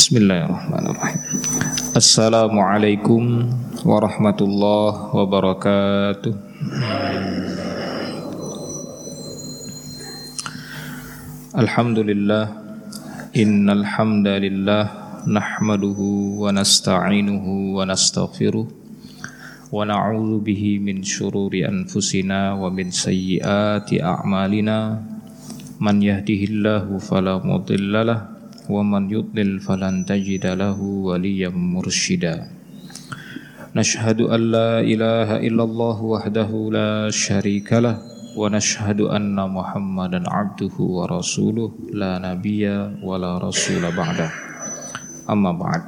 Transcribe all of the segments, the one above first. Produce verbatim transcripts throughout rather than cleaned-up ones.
Bismillahirrahmanirrahim. Assalamualaikum warahmatullahi wabarakatuh. Alhamdulillah, innal hamdalillah nahmaduhu wa nasta'inuhu wa nastaghfiruh wa na'udzu bihi min syururi anfusina wa min sayyiati a'malina. Man yahdihillahu fala mudhillalah wa man yudlil falan tajida lahu waliyyan mursyida. Nashhadu an la ilaha illallah wahdahu la syarikalah wa nashhadu anna Muhammadan abduhu wa rasuluh la nabiyya wa la rasula ba'dah. Amma ba'd.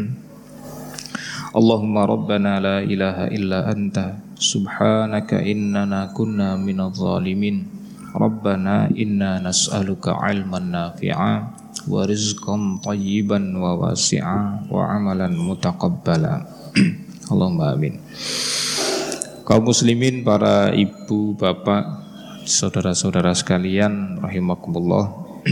Allahumma rabbana la ilaha illa anta subhanaka innana kunna minadh zalimin. Rabbana inna nas'aluka 'ilman nafi'a wa rizqan thayyiban wa wasi'a wa amalan mutaqabbala. Allahumma amin. Kaum muslimin, para ibu, bapak, saudara-saudara sekalian rahimakumullah.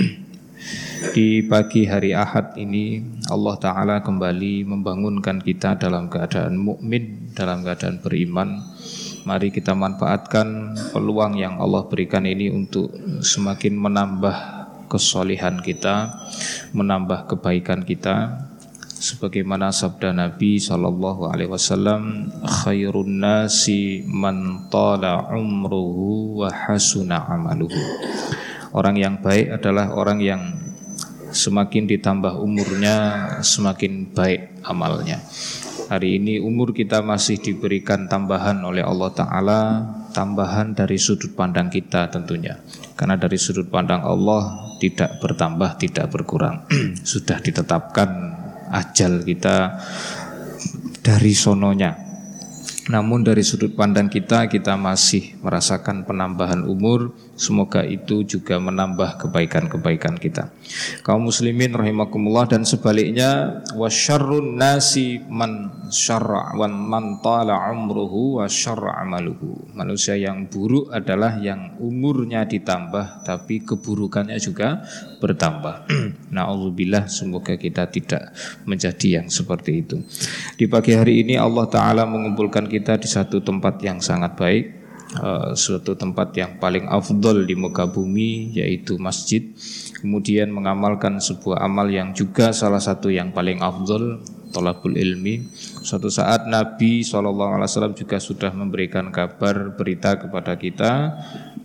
Di pagi hari Ahad ini Allah Ta'ala kembali membangunkan kita dalam keadaan mukmin, dalam keadaan beriman. Mari kita manfaatkan peluang yang Allah berikan ini untuk semakin menambah kesolihan kita, menambah kebaikan kita, sebagaimana sabda Nabi sallallahu alaihi wasallam, khairun nasi man tala umruhu wa hasuna amaluhu. Orang yang baik adalah orang yang semakin ditambah umurnya, semakin baik amalnya. Hari ini umur kita masih diberikan tambahan oleh Allah Ta'ala, tambahan dari sudut pandang kita tentunya. Karena dari sudut pandang Allah tidak bertambah, tidak berkurang. Sudah ditetapkan ajal kita dari sononya. Namun dari sudut pandang kita, kita masih merasakan penambahan umur. Semoga itu juga menambah kebaikan-kebaikan kita. Kaum muslimin rahimakumullah, dan sebaliknya, wasyarrun nasi man syarra wan man tala umruhu wa syarra amaluhu. Manusia yang buruk adalah yang umurnya ditambah tapi keburukannya juga bertambah. Na'udzubillah, semoga kita tidak menjadi yang seperti itu. Di pagi hari ini Allah Ta'ala mengumpulkan kita di satu tempat yang sangat baik, uh, suatu tempat yang paling afdol di muka bumi, yaitu masjid. Kemudian mengamalkan sebuah amal yang juga salah satu yang paling afdol, thalabul ilmi. Suatu saat Nabi shallallahu alaihi wasallam juga sudah memberikan kabar, berita kepada kita,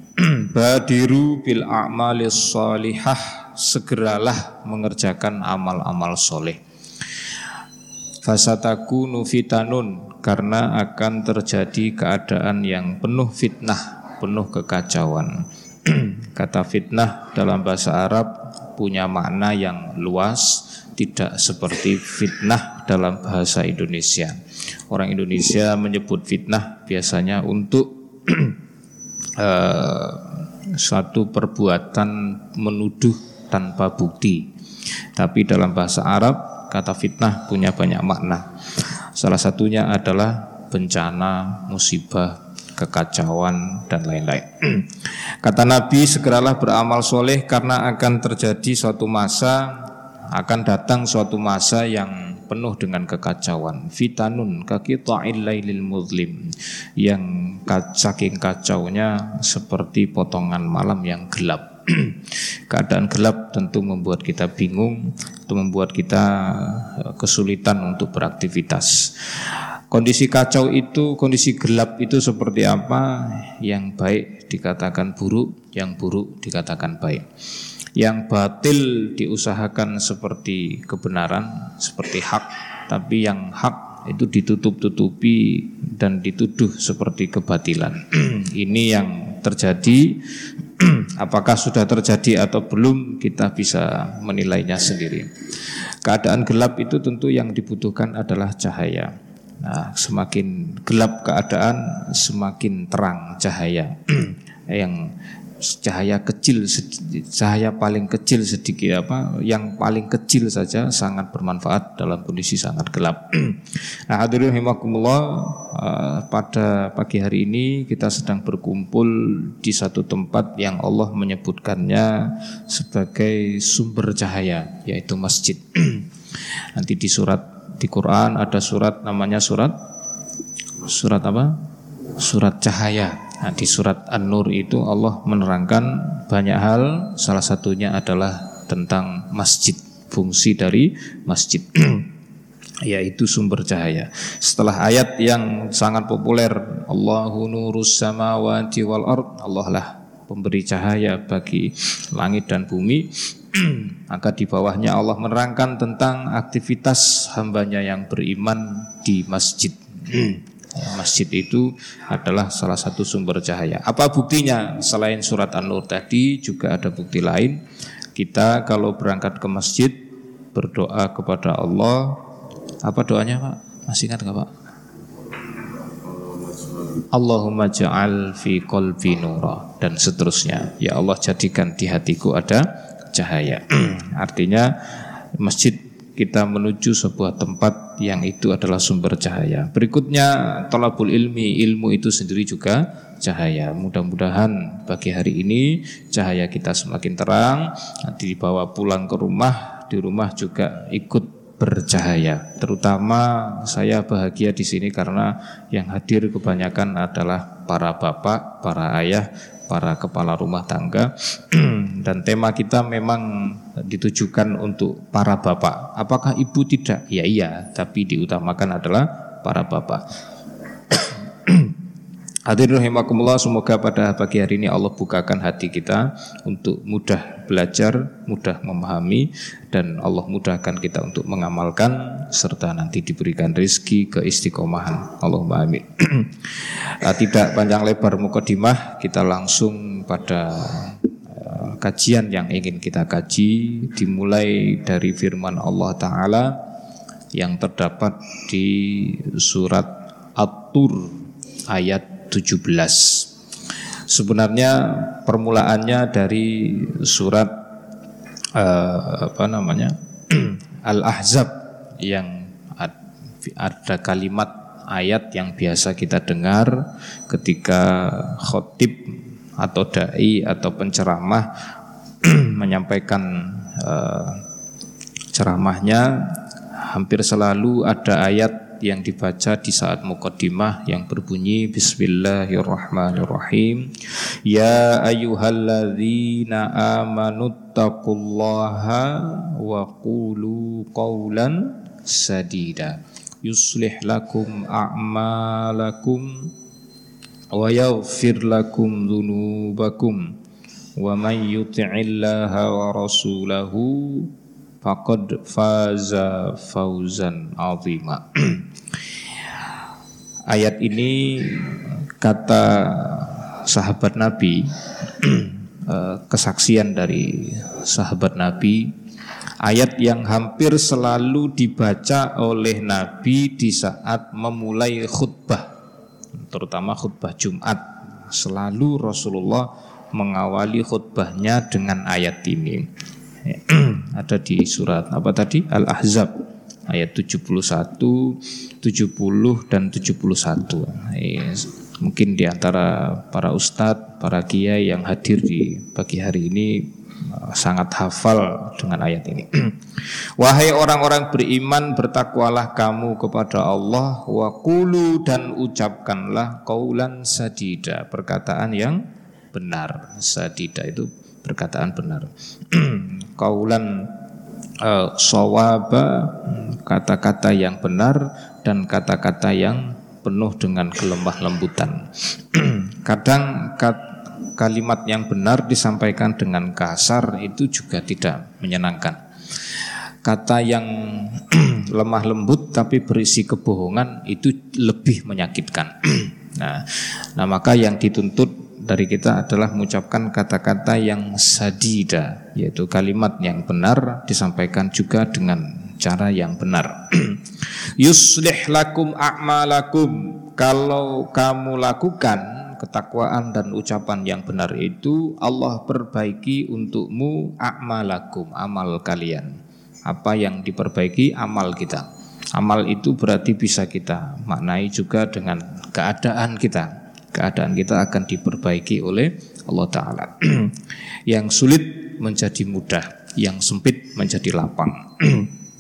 badiru bil a'malis sholihah, segeralah mengerjakan amal-amal soleh. Fasatakunu fitanun, karena akan terjadi keadaan yang penuh fitnah, penuh kekacauan. Kata fitnah dalam bahasa Arab punya makna yang luas, tidak seperti fitnah dalam bahasa Indonesia. Orang Indonesia menyebut fitnah biasanya untuk uh, suatu perbuatan menuduh tanpa bukti. Tapi dalam bahasa Arab kata fitnah punya banyak makna. Salah satunya adalah bencana, musibah, kekacauan, dan lain-lain. Kata Nabi, segeralah beramal soleh karena akan terjadi suatu masa, akan datang suatu masa yang penuh dengan kekacauan. Fitanun kaqita'il lailil muzlim, yang saking kacaunya seperti potongan malam yang gelap. Keadaan gelap tentu membuat kita bingung, itu membuat kita kesulitan untuk beraktivitas. Kondisi kacau itu, kondisi gelap itu seperti apa? Yang baik dikatakan buruk, yang buruk dikatakan baik. Yang batil diusahakan seperti kebenaran, seperti hak, tapi yang hak itu ditutup-tutupi dan dituduh seperti kebatilan. Ini yang terjadi. Apakah sudah terjadi atau belum, kita bisa menilainya sendiri. Keadaan gelap itu tentu yang dibutuhkan adalah cahaya. Nah, semakin gelap keadaan, semakin terang cahaya. Yang cahaya kecil, cahaya paling kecil sedikit apa, yang paling kecil saja sangat bermanfaat dalam kondisi sangat gelap. Nah, hadirin rahimakumullah, pada pagi hari ini kita sedang berkumpul di satu tempat yang Allah menyebutkannya sebagai sumber cahaya, yaitu masjid. Nanti di surat di Quran ada surat namanya surat surat apa? Surat cahaya. Nah, di surat An-Nur itu Allah menerangkan banyak hal, salah satunya adalah tentang masjid, fungsi dari masjid yaitu sumber cahaya. Setelah ayat yang sangat populer, Allahu nurus samawati wal ard, Allah lah pemberi cahaya bagi langit dan bumi, maka di bawahnya Allah menerangkan tentang aktivitas hambanya yang beriman di masjid. Masjid itu adalah salah satu sumber cahaya. Apa buktinya? Selain surat An-Nur tadi juga ada bukti lain. Kita kalau berangkat ke masjid berdoa kepada Allah. Apa doanya Pak? Masih ingat gak Pak? Allahumma ja'al fi qalbi nura, dan seterusnya. Ya Allah, jadikan di hatiku ada cahaya. Artinya masjid kita menuju sebuah tempat yang itu adalah sumber cahaya. Berikutnya thalabul ilmi, ilmu itu sendiri juga cahaya. Mudah-mudahan pagi hari ini cahaya kita semakin terang. Nanti dibawa pulang ke rumah, di rumah juga ikut bercahaya. Terutama saya bahagia di sini karena yang hadir kebanyakan adalah para bapak, para ayah, para kepala rumah tangga. Dan tema kita memang ditujukan untuk para bapak. Apakah ibu tidak? Ya iya, tapi diutamakan adalah para bapak. Hadirin rahimakumullah, semoga pada pagi hari ini Allah bukakan hati kita untuk mudah belajar, mudah memahami, dan Allah mudahkan kita untuk mengamalkan serta nanti diberikan rezeki keistiqomahan. Allahumma amin. Tidak panjang lebar mukadimah, kita langsung pada uh, kajian yang ingin kita kaji, dimulai dari firman Allah Ta'ala yang terdapat di surat At-Tur ayat tujuh belas. Sebenarnya permulaannya dari surat uh, apa namanya Al-Ahzab, yang ada kalimat ayat yang biasa kita dengar ketika khotib atau dai atau penceramah menyampaikan uh, ceramahnya. Hampir selalu ada ayat yang dibaca di saat muqaddimah yang berbunyi Bismillahirrahmanirrahim. Ya ayyuhalladzina amanuttaqullaha wa qulu qawlan sadida yuslih lakum a'malakum wa yaghfir lakum dzunubakum wa may yuti'illaha wa rasulahu faqad faza fauzan azima. Ayat ini kata sahabat Nabi, kesaksian dari sahabat Nabi, ayat yang hampir selalu dibaca oleh Nabi di saat memulai khutbah, terutama khutbah Jumat. Selalu Rasulullah mengawali khutbahnya dengan ayat ini. Ada di surat apa tadi? Al-Ahzab ayat tujuh puluh satu, tujuh puluh dan tujuh puluh satu. Mungkin di antara para ustadz, para kiai yang hadir di pagi hari ini sangat hafal dengan ayat ini. Wahai orang-orang beriman, bertakwalah kamu kepada Allah, wa qulu, dan ucapkanlah qaulan sadida, perkataan yang benar. Sadida itu perkataan benar. Qaulan uh, shawaba, kata-kata yang benar dan kata-kata yang penuh dengan kelemah lembutan. Kadang kat, kalimat yang benar disampaikan dengan kasar itu juga tidak menyenangkan. Kata yang lemah lembut tapi berisi kebohongan itu lebih menyakitkan. Nah, nah maka yang dituntut dari kita adalah mengucapkan kata-kata yang sadida, yaitu kalimat yang benar disampaikan juga dengan cara yang benar. Yuslih lakum a'malakum, kalau kamu lakukan ketakwaan dan ucapan yang benar itu, Allah perbaiki untukmu a'malakum, amal kalian. Apa yang diperbaiki? Amal kita. Amal itu berarti bisa kita maknai juga dengan keadaan kita. Keadaan kita akan diperbaiki oleh Allah Ta'ala. Yang sulit menjadi mudah, yang sempit menjadi lapang.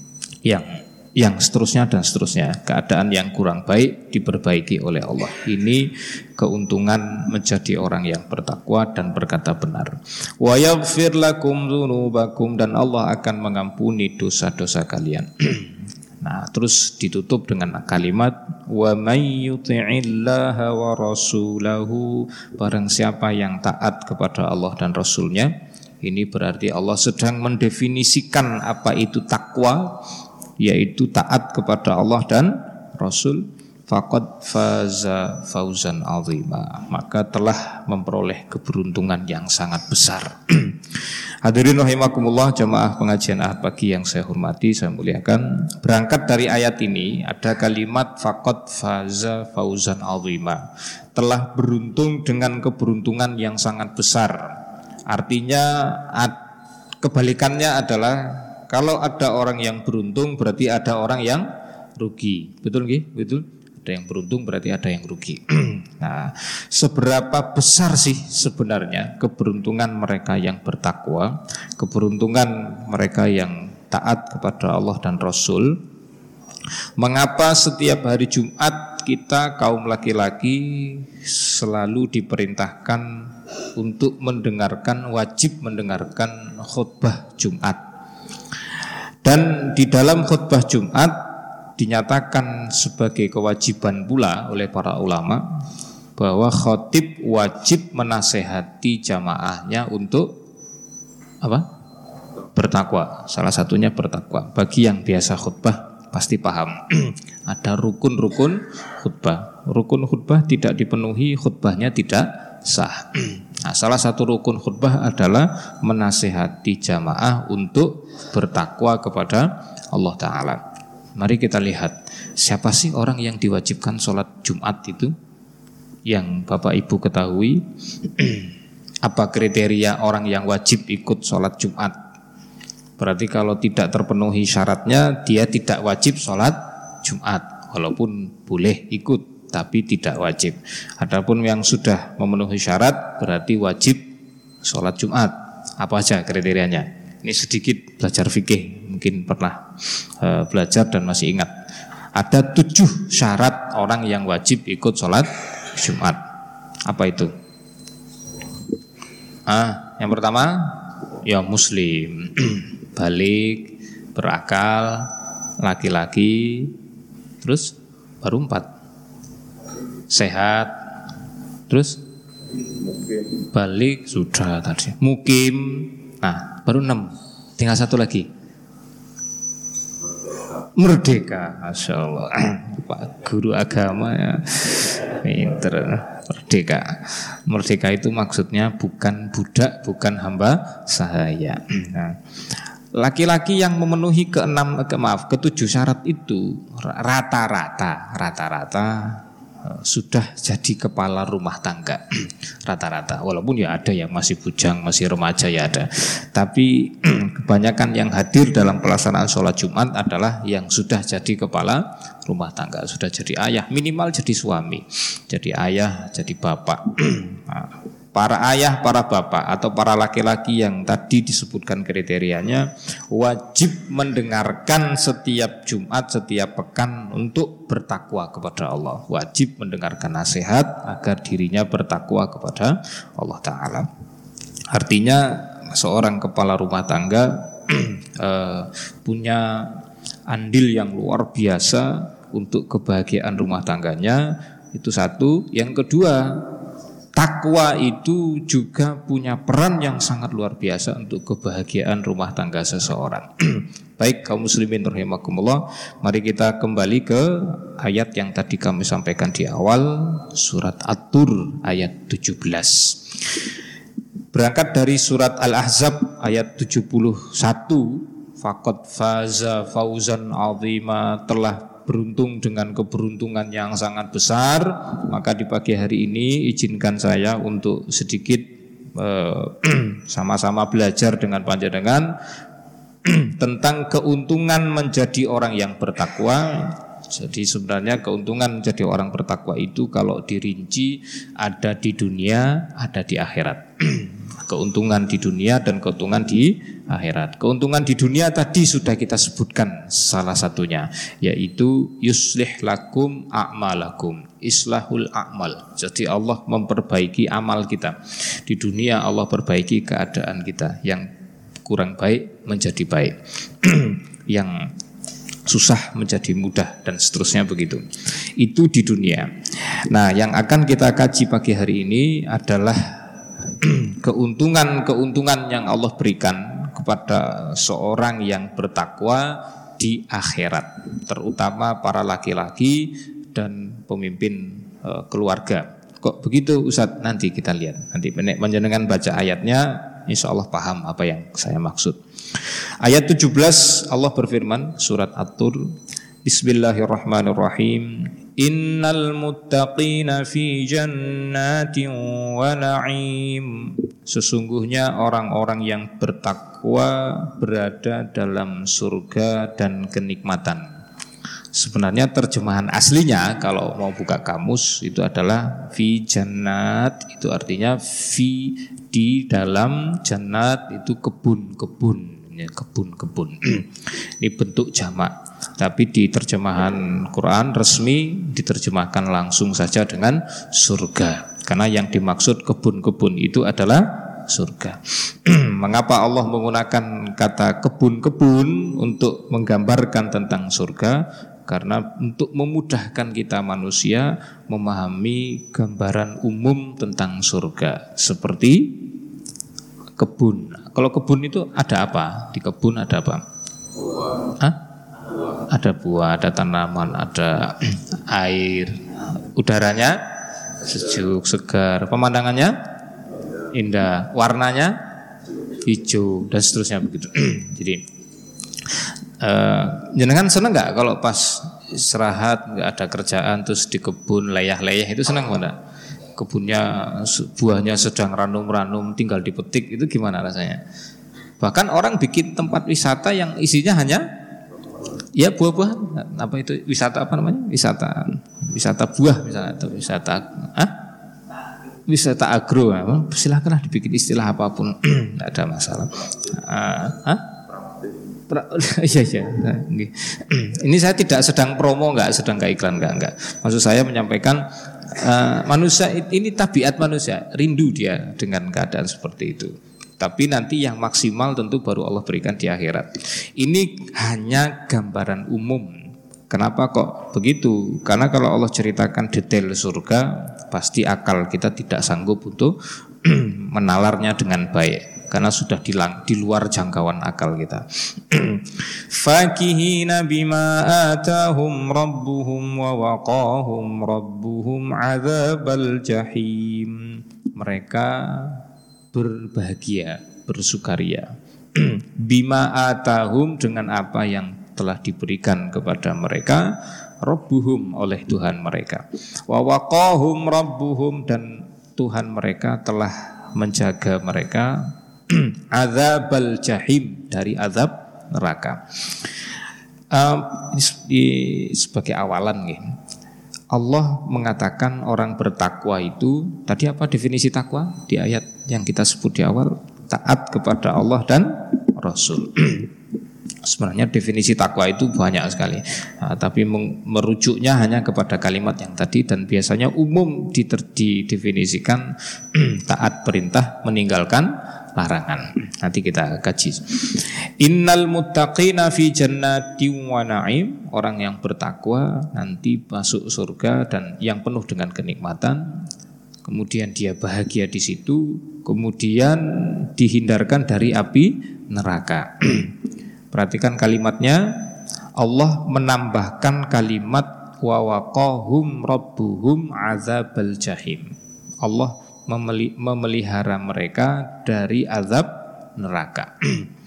yang yang seterusnya dan seterusnya. Keadaan yang kurang baik diperbaiki oleh Allah. Ini keuntungan menjadi orang yang bertakwa dan berkata benar. Wa yaghfir lakum dzunubakum, dan Allah akan mengampuni dosa-dosa kalian. Nah, terus ditutup dengan kalimat wa may yuti'illaha wa rasulahu, barang siapa yang taat kepada Allah dan Rasulnya. Ini berarti Allah sedang mendefinisikan apa itu takwa, yaitu taat kepada Allah dan Rasul. Faqad faza fauzan azima, maka telah memperoleh keberuntungan yang sangat besar. Hadirin rahimakumullah, jamaah pengajian Ahad pagi yang saya hormati, saya muliakan. Berangkat dari ayat ini ada kalimat faqad faza fauzan azima, telah beruntung dengan keberuntungan yang sangat besar. Artinya kebalikannya adalah kalau ada orang yang beruntung berarti ada orang yang rugi. Betul nggih? Betul. Ada yang beruntung berarti ada yang rugi. Nah, seberapa besar sih sebenarnya keberuntungan mereka yang bertakwa, keberuntungan mereka yang taat kepada Allah dan Rasul? Mengapa setiap hari Jumat kita kaum laki-laki selalu diperintahkan untuk mendengarkan, wajib mendengarkan khutbah Jumat? Dan di dalam khutbah Jumat dinyatakan sebagai kewajiban pula oleh para ulama bahwa khatib wajib menasehati jamaahnya untuk apa? Bertakwa. Salah satunya bertakwa. Bagi yang biasa khutbah pasti paham. Ada rukun-rukun khutbah. Rukun khutbah tidak dipenuhi, khutbahnya tidak sah. Nah, salah satu rukun khutbah adalah menasehati jamaah untuk bertakwa kepada Allah Ta'ala. Mari kita lihat, siapa sih orang yang diwajibkan sholat Jumat itu? Yang Bapak Ibu ketahui, apa kriteria orang yang wajib ikut sholat Jumat? Berarti kalau tidak terpenuhi syaratnya, dia tidak wajib sholat Jumat. Walaupun boleh ikut, tapi tidak wajib. Adapun yang sudah memenuhi syarat, berarti wajib sholat Jumat. Apa aja kriterianya? Ini sedikit belajar fikih, mungkin pernah uh, belajar dan masih ingat. Ada tujuh syarat orang yang wajib ikut sholat Jumat. Apa itu? Ah, yang pertama, ya muslim, balik, berakal, laki-laki, terus baru empat, sehat, terus balik sudah tadi, mukim. Nah, baru enam. Tinggal satu lagi. Merdeka. Masya Allah. Pak guru agama ya, pinter. Merdeka. Merdeka itu maksudnya bukan budak, bukan hamba sahaya. Nah, laki-laki yang memenuhi keenam, ke, maaf, ketujuh syarat itu rata-rata, rata-rata sudah jadi kepala rumah tangga. Rata-rata, walaupun ya ada yang masih bujang, masih remaja ya ada. Tapi kebanyakan yang hadir dalam pelaksanaan sholat Jumat adalah yang sudah jadi kepala rumah tangga, sudah jadi ayah, minimal jadi suami, jadi ayah, jadi bapak. Nah, para ayah, para bapak atau para laki-laki yang tadi disebutkan kriterianya wajib mendengarkan setiap Jumat, setiap pekan untuk bertakwa kepada Allah. Wajib mendengarkan nasihat agar dirinya bertakwa kepada Allah Ta'ala. Artinya seorang kepala rumah tangga eh, punya andil yang luar biasa untuk kebahagiaan rumah tangganya. Itu satu. Yang kedua, takwa itu juga punya peran yang sangat luar biasa untuk kebahagiaan rumah tangga seseorang. Baik kaum muslimin rahimakumullah, mari kita kembali ke ayat yang tadi kami sampaikan di awal, surat At-Tur ayat tujuh belas. Berangkat dari surat Al-Ahzab ayat tujuh puluh satu, faqad faza fauzan azima, telah beruntung dengan keberuntungan yang sangat besar. Maka di pagi hari ini izinkan saya untuk sedikit eh, sama-sama belajar dengan panjenengan tentang keuntungan menjadi orang yang bertakwa. Jadi sebenarnya keuntungan menjadi orang bertakwa itu kalau dirinci ada di dunia, ada di akhirat. Keuntungan di dunia dan keuntungan di akhirat. Keuntungan di dunia tadi sudah kita sebutkan salah satunya, yaitu yuslih lakum a'malakum, islahul a'mal. Jadi Allah memperbaiki amal kita. Di dunia Allah perbaiki keadaan kita, yang kurang baik menjadi baik, yang susah menjadi mudah, dan seterusnya begitu. Itu di dunia. Nah, yang akan kita kaji pagi hari ini adalah keuntungan-keuntungan yang Allah berikan kepada seorang yang bertakwa di akhirat, terutama para laki-laki dan pemimpin e, keluarga. Kok begitu Ustaz? Nanti kita lihat. Nanti menjenengan baca ayatnya, insya Allah paham apa yang saya maksud. Ayat tujuh belas Allah berfirman, surat At-Tur, Bismillahirrahmanirrahim. Innal muttaqina fi jannatin wa na'im. Sesungguhnya orang-orang yang bertakwa berada dalam surga dan kenikmatan. Sebenarnya terjemahan aslinya kalau mau buka kamus itu adalah fi jannat, itu artinya fi di dalam, jannat itu kebun-kebun, kebun-kebun. Ini bentuk jamak. Tapi di terjemahan Quran resmi diterjemahkan langsung saja dengan surga, karena yang dimaksud kebun-kebun itu adalah surga. Mengapa Allah menggunakan kata kebun-kebun untuk menggambarkan tentang surga? Karena untuk memudahkan kita manusia memahami gambaran umum tentang surga, seperti kebun. Kalau kebun itu ada apa? Di kebun ada apa? Hah? Ada buah, ada tanaman, ada air, udaranya sejuk, segar, pemandangannya indah, warnanya hijau, dan seterusnya begitu. Jadi uh, jenengan senang nggak kalau pas istirahat nggak ada kerjaan terus di kebun leyah-leyah, itu senang nggak? Kebunnya buahnya sedang ranum-ranum, tinggal dipetik, itu gimana rasanya? Bahkan orang bikin tempat wisata yang isinya hanya ya buah-buahan, apa itu wisata apa namanya? Wisata wisata buah misalnya, atau wisata ah? Wisata agro. Silakanlah dibikin istilah apapun, tidak ada masalah. Ah, ah? Iya iya. Ini saya tidak sedang promo, enggak sedang ke iklan, enggak enggak. Maksud saya menyampaikan uh, manusia ini tabiat manusia, rindu dia dengan keadaan seperti itu. Tapi nanti yang maksimal tentu baru Allah berikan di akhirat. Ini hanya gambaran umum. Kenapa kok begitu? Karena kalau Allah ceritakan detail surga, pasti akal kita tidak sanggup untuk menalarnya dengan baik, karena sudah dilang, di luar jangkauan akal kita. Fakihina bima atahum rabbuhum wa waqahum rabbuhum adzabal jahim. Mereka berbahagia, bersukaria. Bima atahum, dengan apa yang telah diberikan kepada mereka, rabbuhum, oleh Tuhan mereka. Wa waqahum rabbuhum, dan Tuhan mereka telah menjaga mereka adzabal jahim, dari azab neraka. Um, ini sebagai awalan nih. Allah mengatakan orang bertakwa itu, tadi apa definisi takwa di ayat yang kita sebut di awal? Taat kepada Allah dan Rasul. Sebenarnya definisi takwa itu banyak sekali, nah, tapi merujuknya hanya kepada kalimat yang tadi, dan biasanya umum didefinisikan taat perintah, meninggalkan larangan. Nanti kita kaji. Innal muttaqina fi jannatin wa na'im. Orang yang bertakwa nanti masuk surga dan yang penuh dengan kenikmatan. Kemudian dia bahagia di situ, kemudian dihindarkan dari api neraka. Perhatikan kalimatnya, Allah menambahkan kalimat wa waqahum rabbuhum adzabal jahim. Allah memelihara mereka dari azab neraka.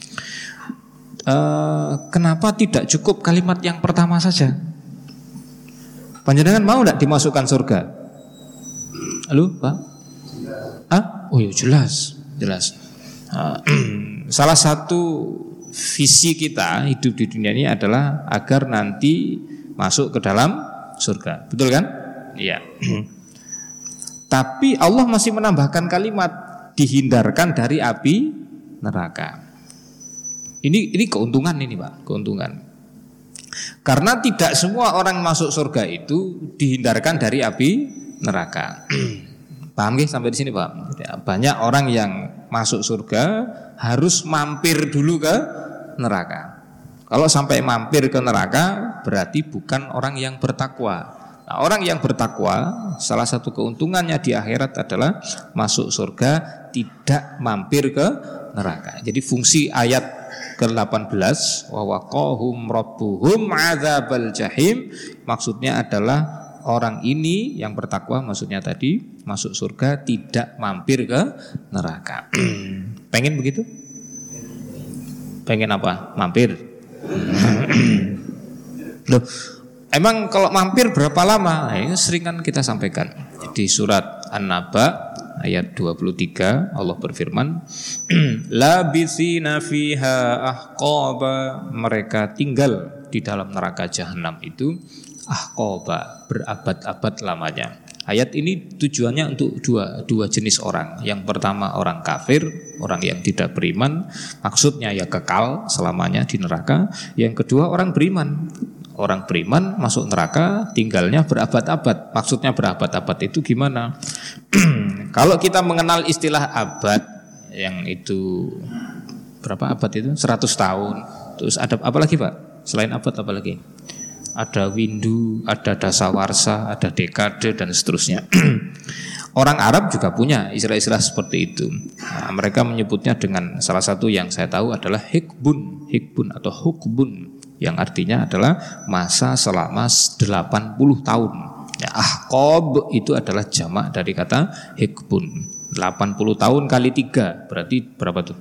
uh, Kenapa tidak cukup kalimat yang pertama saja? Panjenengan mau tidak dimasukkan surga? Halo Pak? Ah? Oh ya jelas, jelas. Uh, salah satu visi kita hidup di dunia ini adalah agar nanti masuk ke dalam surga. Betul kan? Iya. Tapi Allah masih menambahkan kalimat dihindarkan dari api neraka. Ini ini keuntungan ini Pak, keuntungan. Karena tidak semua orang masuk surga itu dihindarkan dari api neraka. Paham nggih sampai di sini Pak? Banyak orang yang masuk surga harus mampir dulu ke neraka. Kalau sampai mampir ke neraka berarti bukan orang yang bertakwa. Nah, orang yang bertakwa salah satu keuntungannya di akhirat adalah masuk surga tidak mampir ke neraka. Jadi fungsi ayat ke delapan belas wa waqahum rabbuhum adzabal jahim maksudnya adalah orang ini yang bertakwa maksudnya tadi masuk surga tidak mampir ke neraka. Pengen begitu? Pengen apa? Mampir. Loh, emang kalau mampir berapa lama? Nah, ini sering kan kita sampaikan. Di surat An-Naba ayat dua puluh tiga Allah berfirman, labitsina fiha ahqaba, mereka tinggal di dalam neraka jahanam itu ahqaba, berabad-abad lamanya. Ayat ini tujuannya untuk dua dua jenis orang. Yang pertama orang kafir, orang yang tidak beriman, maksudnya ya kekal selamanya di neraka. Yang kedua orang beriman. Orang beriman masuk neraka tinggalnya berabad-abad. Maksudnya berabad-abad itu gimana? Kalau kita mengenal istilah abad yang itu berapa abad itu? seratus tahun. Terus ada apa lagi Pak? Selain abad apa lagi? Ada windu, ada dasawarsa, ada dekade dan seterusnya. Orang Arab juga punya istilah-istilah seperti itu. Nah, mereka menyebutnya dengan salah satu yang saya tahu adalah hikbun, hikbun atau hukbun, yang artinya adalah masa selama delapan puluh tahun. Ya, ahqab itu adalah jamak dari kata hikbun. delapan puluh tahun kali tiga berarti berapa tuh?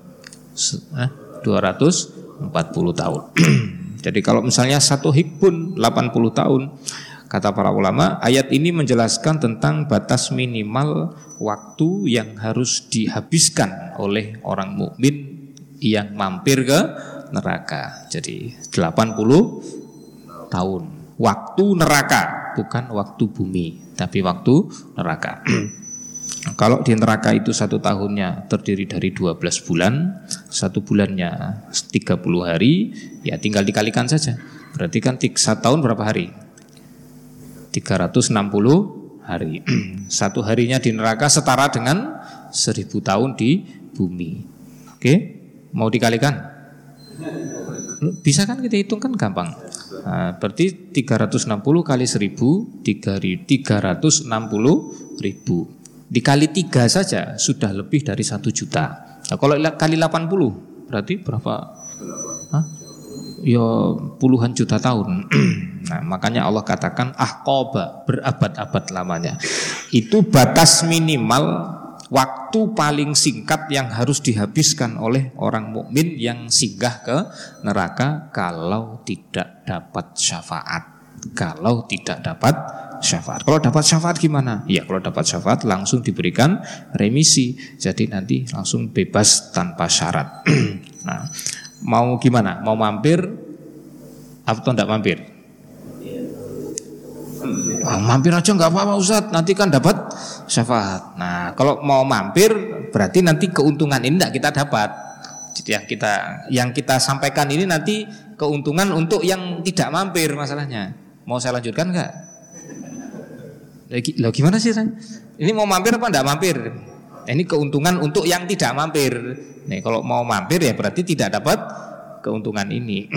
dua ratus empat puluh tahun. Jadi kalau misalnya satu hikbun delapan puluh tahun, kata para ulama, ayat ini menjelaskan tentang batas minimal waktu yang harus dihabiskan oleh orang mukmin yang mampir ke neraka. Jadi delapan puluh tahun. Waktu neraka, bukan waktu bumi, tapi waktu neraka. Kalau di neraka itu satu tahunnya terdiri dari dua belas bulan, satu bulannya tiga puluh hari, ya tinggal dikalikan saja. Berarti kan satu tahun berapa hari? tiga ratus enam puluh hari. Satu harinya di neraka setara dengan seribu tahun di bumi. Oke, mau dikalikan? Bisa kan kita hitung kan gampang. Nah, berarti tiga ratus enam puluh kali seribu, tiga ratus enam puluh ribu. Dikali tiga saja sudah lebih dari satu juta. Nah, kalau kali delapan puluh berarti berapa? Hah? Ya puluhan juta tahun. Nah, makanya Allah katakan ahqaba, berabad-abad lamanya. Itu batas minimal waktu paling singkat yang harus dihabiskan oleh orang mukmin yang singgah ke neraka kalau tidak dapat syafaat. Kalau tidak dapat syafaat. Kalau dapat syafaat gimana? Ya kalau dapat syafaat langsung diberikan remisi. Jadi nanti langsung bebas tanpa syarat. Nah, mau gimana? Mau mampir atau tidak mampir? Ah, mampir aja nggak apa-apa Ustaz, nanti kan dapat syafaat. Nah, kalau mau mampir berarti nanti keuntungan ini tidak kita dapat. Jadi yang kita yang kita sampaikan ini nanti keuntungan untuk yang tidak mampir masalahnya. Mau saya lanjutkan nggak? Loh gimana sih saya? Ini mau mampir apa enggak mampir? Ini keuntungan untuk yang tidak mampir. Nih kalau mau mampir ya berarti tidak dapat keuntungan ini.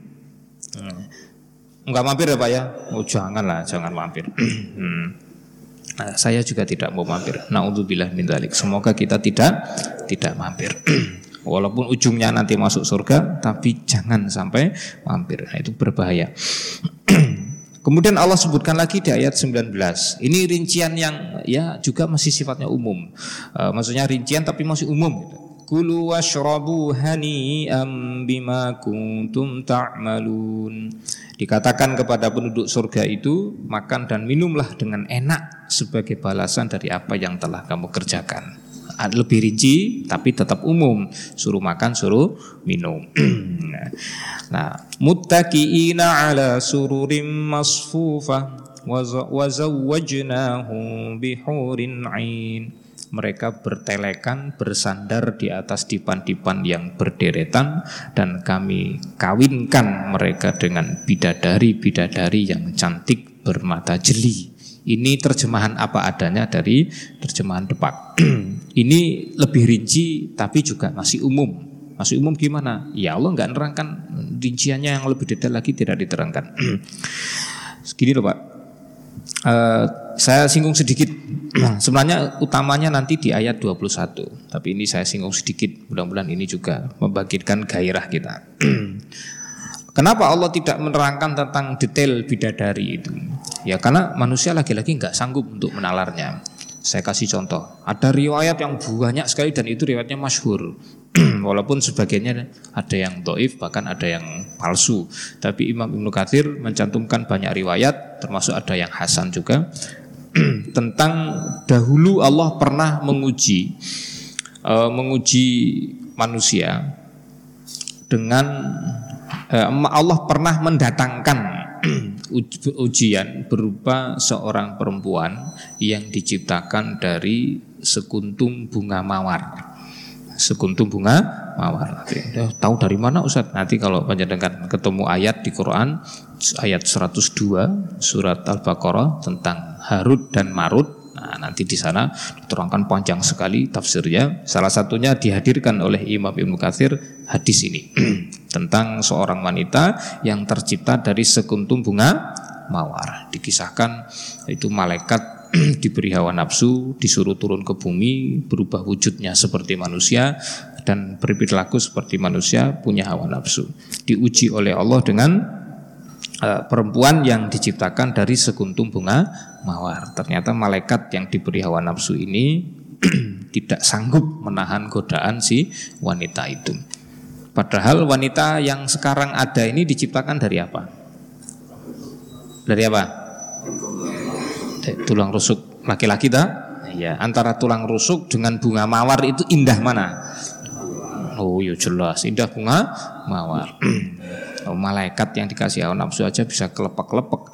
Enggak mampir ya Pak ya? Oh janganlah, jangan mampir. Nah, saya juga tidak mau mampir. Na'udzubillah min dzalik. Semoga kita tidak tidak mampir. Walaupun ujungnya nanti masuk surga, tapi jangan sampai mampir. Nah, itu berbahaya. Kemudian Allah sebutkan lagi di ayat sembilan belas. Ini rincian yang ya juga masih sifatnya umum. Uh, maksudnya rincian tapi masih umum gitu. Kulu washrabu hani'am bima kuntum ta'malun. Dikatakan kepada penduduk surga itu, makan dan minumlah dengan enak sebagai balasan dari apa yang telah kamu kerjakan. Lebih rinci tapi tetap umum, suruh makan suruh minum. Nah, muttaqiina ala sururim masfufah wa zawwajnahum bihurin 'ain. Mereka bertelekan, bersandar di atas dipan-dipan yang berderetan, dan kami kawinkan mereka dengan bidadari-bidadari yang cantik bermata jeli. Ini terjemahan apa adanya dari terjemahan Depak. Ini lebih rinci tapi juga masih umum. Masih umum gimana? Ya Allah nggak nerangkan rinciannya yang lebih detail lagi, tidak diterangkan. Segini loh Pak. Uh, saya singgung sedikit. Sebenarnya utamanya nanti di ayat dua puluh satu. Tapi ini saya singgung sedikit. Mudah-mudahan ini juga membangkitkan gairah kita. Kenapa Allah tidak menerangkan tentang detail bidadari itu? Ya karena manusia lagi-lagi nggak sanggup untuk menalarnya. Saya kasih contoh. Ada riwayat yang banyak sekali dan itu riwayatnya masyhur. Walaupun sebagiannya ada yang dhaif, bahkan ada yang palsu. Tapi Imam Ibnu Katsir mencantumkan banyak riwayat, termasuk ada yang hasan juga. Tentang dahulu Allah pernah menguji uh, menguji manusia dengan Allah pernah mendatangkan ujian berupa seorang perempuan yang diciptakan dari sekuntum bunga mawar. Sekuntum bunga mawar. Tahu dari mana Ustaz? Nanti kalau panjenengan ketemu ayat di Quran, ayat seratus dua surat Al-Baqarah tentang Harut dan Marut. Nah, nanti di sana diterangkan panjang sekali tafsirnya. Salah satunya dihadirkan oleh Imam Ibnu Katsir hadis ini tentang seorang wanita yang tercipta dari sekuntum bunga mawar. Dikisahkan itu malaikat diberi hawa nafsu, disuruh turun ke bumi, berubah wujudnya seperti manusia dan berperilaku seperti manusia, punya hawa nafsu. Diuji oleh Allah dengan uh, perempuan yang diciptakan dari sekuntum bunga mawar. Ternyata malaikat yang diberi hawa nafsu ini tidak sanggup menahan godaan si wanita itu. Padahal wanita yang sekarang ada ini diciptakan dari apa? Dari apa? Tulang rusuk laki-laki tak? Ya, antara tulang rusuk dengan bunga mawar itu indah mana? Oh ya jelas, indah bunga mawar. Oh, malaikat yang dikasih hawa nafsu aja bisa kelepek-kelepek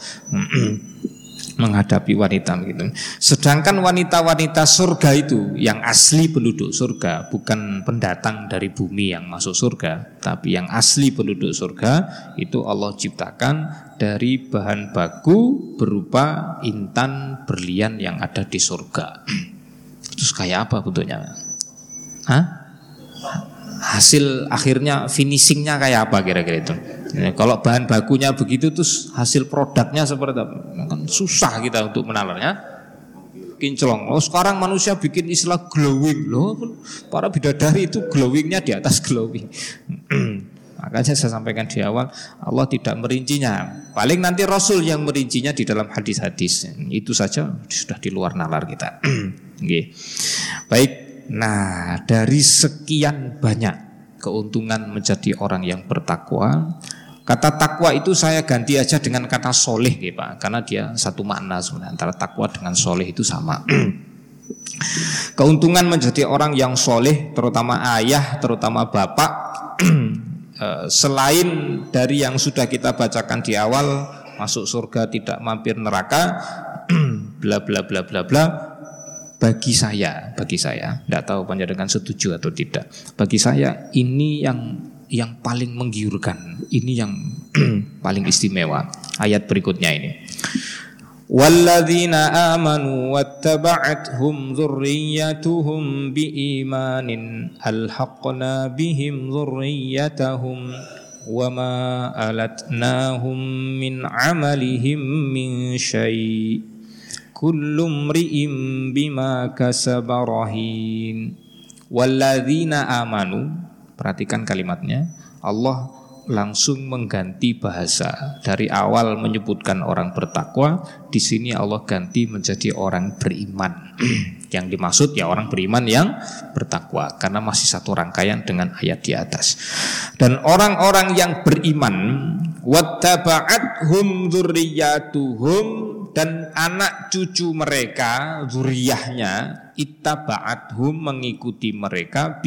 menghadapi wanita gitu. Sedangkan wanita-wanita surga itu yang asli penduduk surga, bukan pendatang dari bumi yang masuk surga, tapi yang asli penduduk surga itu Allah ciptakan dari bahan baku berupa intan berlian yang ada di surga. Terus kayak apa bentuknya? Hah? Hasil akhirnya finishingnya kayak apa kira-kira itu? Ya, kalau bahan bakunya begitu terus hasil produknya seperti apa? Kan susah kita untuk menalarnya. Kinclong. Oh, sekarang manusia bikin istilah glowing. Loh, para bidadari itu glowingnya di atas glowing. Makanya saya sampaikan di awal, Allah tidak merincinya. Paling nanti Rasul yang merincinya di dalam hadis-hadis. Itu saja sudah di luar nalar kita. Okay. Baik. Nah, dari sekian banyak keuntungan menjadi orang yang bertakwa, kata takwa itu saya ganti aja dengan kata soleh ya Pak, karena dia satu makna sebenarnya, antara takwa dengan soleh itu sama. Keuntungan menjadi orang yang soleh, terutama ayah, terutama bapak, selain dari yang sudah kita bacakan di awal, masuk surga tidak mampir neraka, bla bla bla bla bla. Bagi saya, bagi saya, tidak tahu panjenengan setuju atau tidak. Bagi saya ini yang yang paling menggiurkan, ini yang paling istimewa. Ayat berikutnya ini. Walladzina amanu wattaba'athum dzurriyyatuhum biimanin alhaqna bihim dzurriyyatahum wama alatnahum min amalihim min syai'. Kullum ri'im bima kasaba rahin. Walladzina amanu, perhatikan kalimatnya, Allah langsung mengganti bahasa. Dari awal menyebutkan orang bertakwa, di sini Allah ganti menjadi orang beriman. Yang dimaksud ya orang beriman yang bertakwa, karena masih satu rangkaian dengan ayat di atas. Dan orang-orang yang beriman, wattaba'athum dzurriyyatuhum, dan anak cucu mereka, zuriyahnya, ittaba'athum, mengikuti mereka,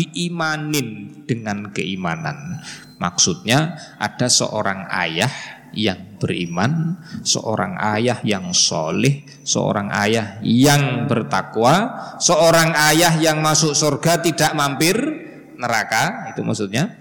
biimanin, dengan keimanan. Maksudnya ada seorang ayah yang beriman, seorang ayah yang soleh, seorang ayah yang bertakwa, seorang ayah yang masuk surga tidak mampir neraka, itu maksudnya.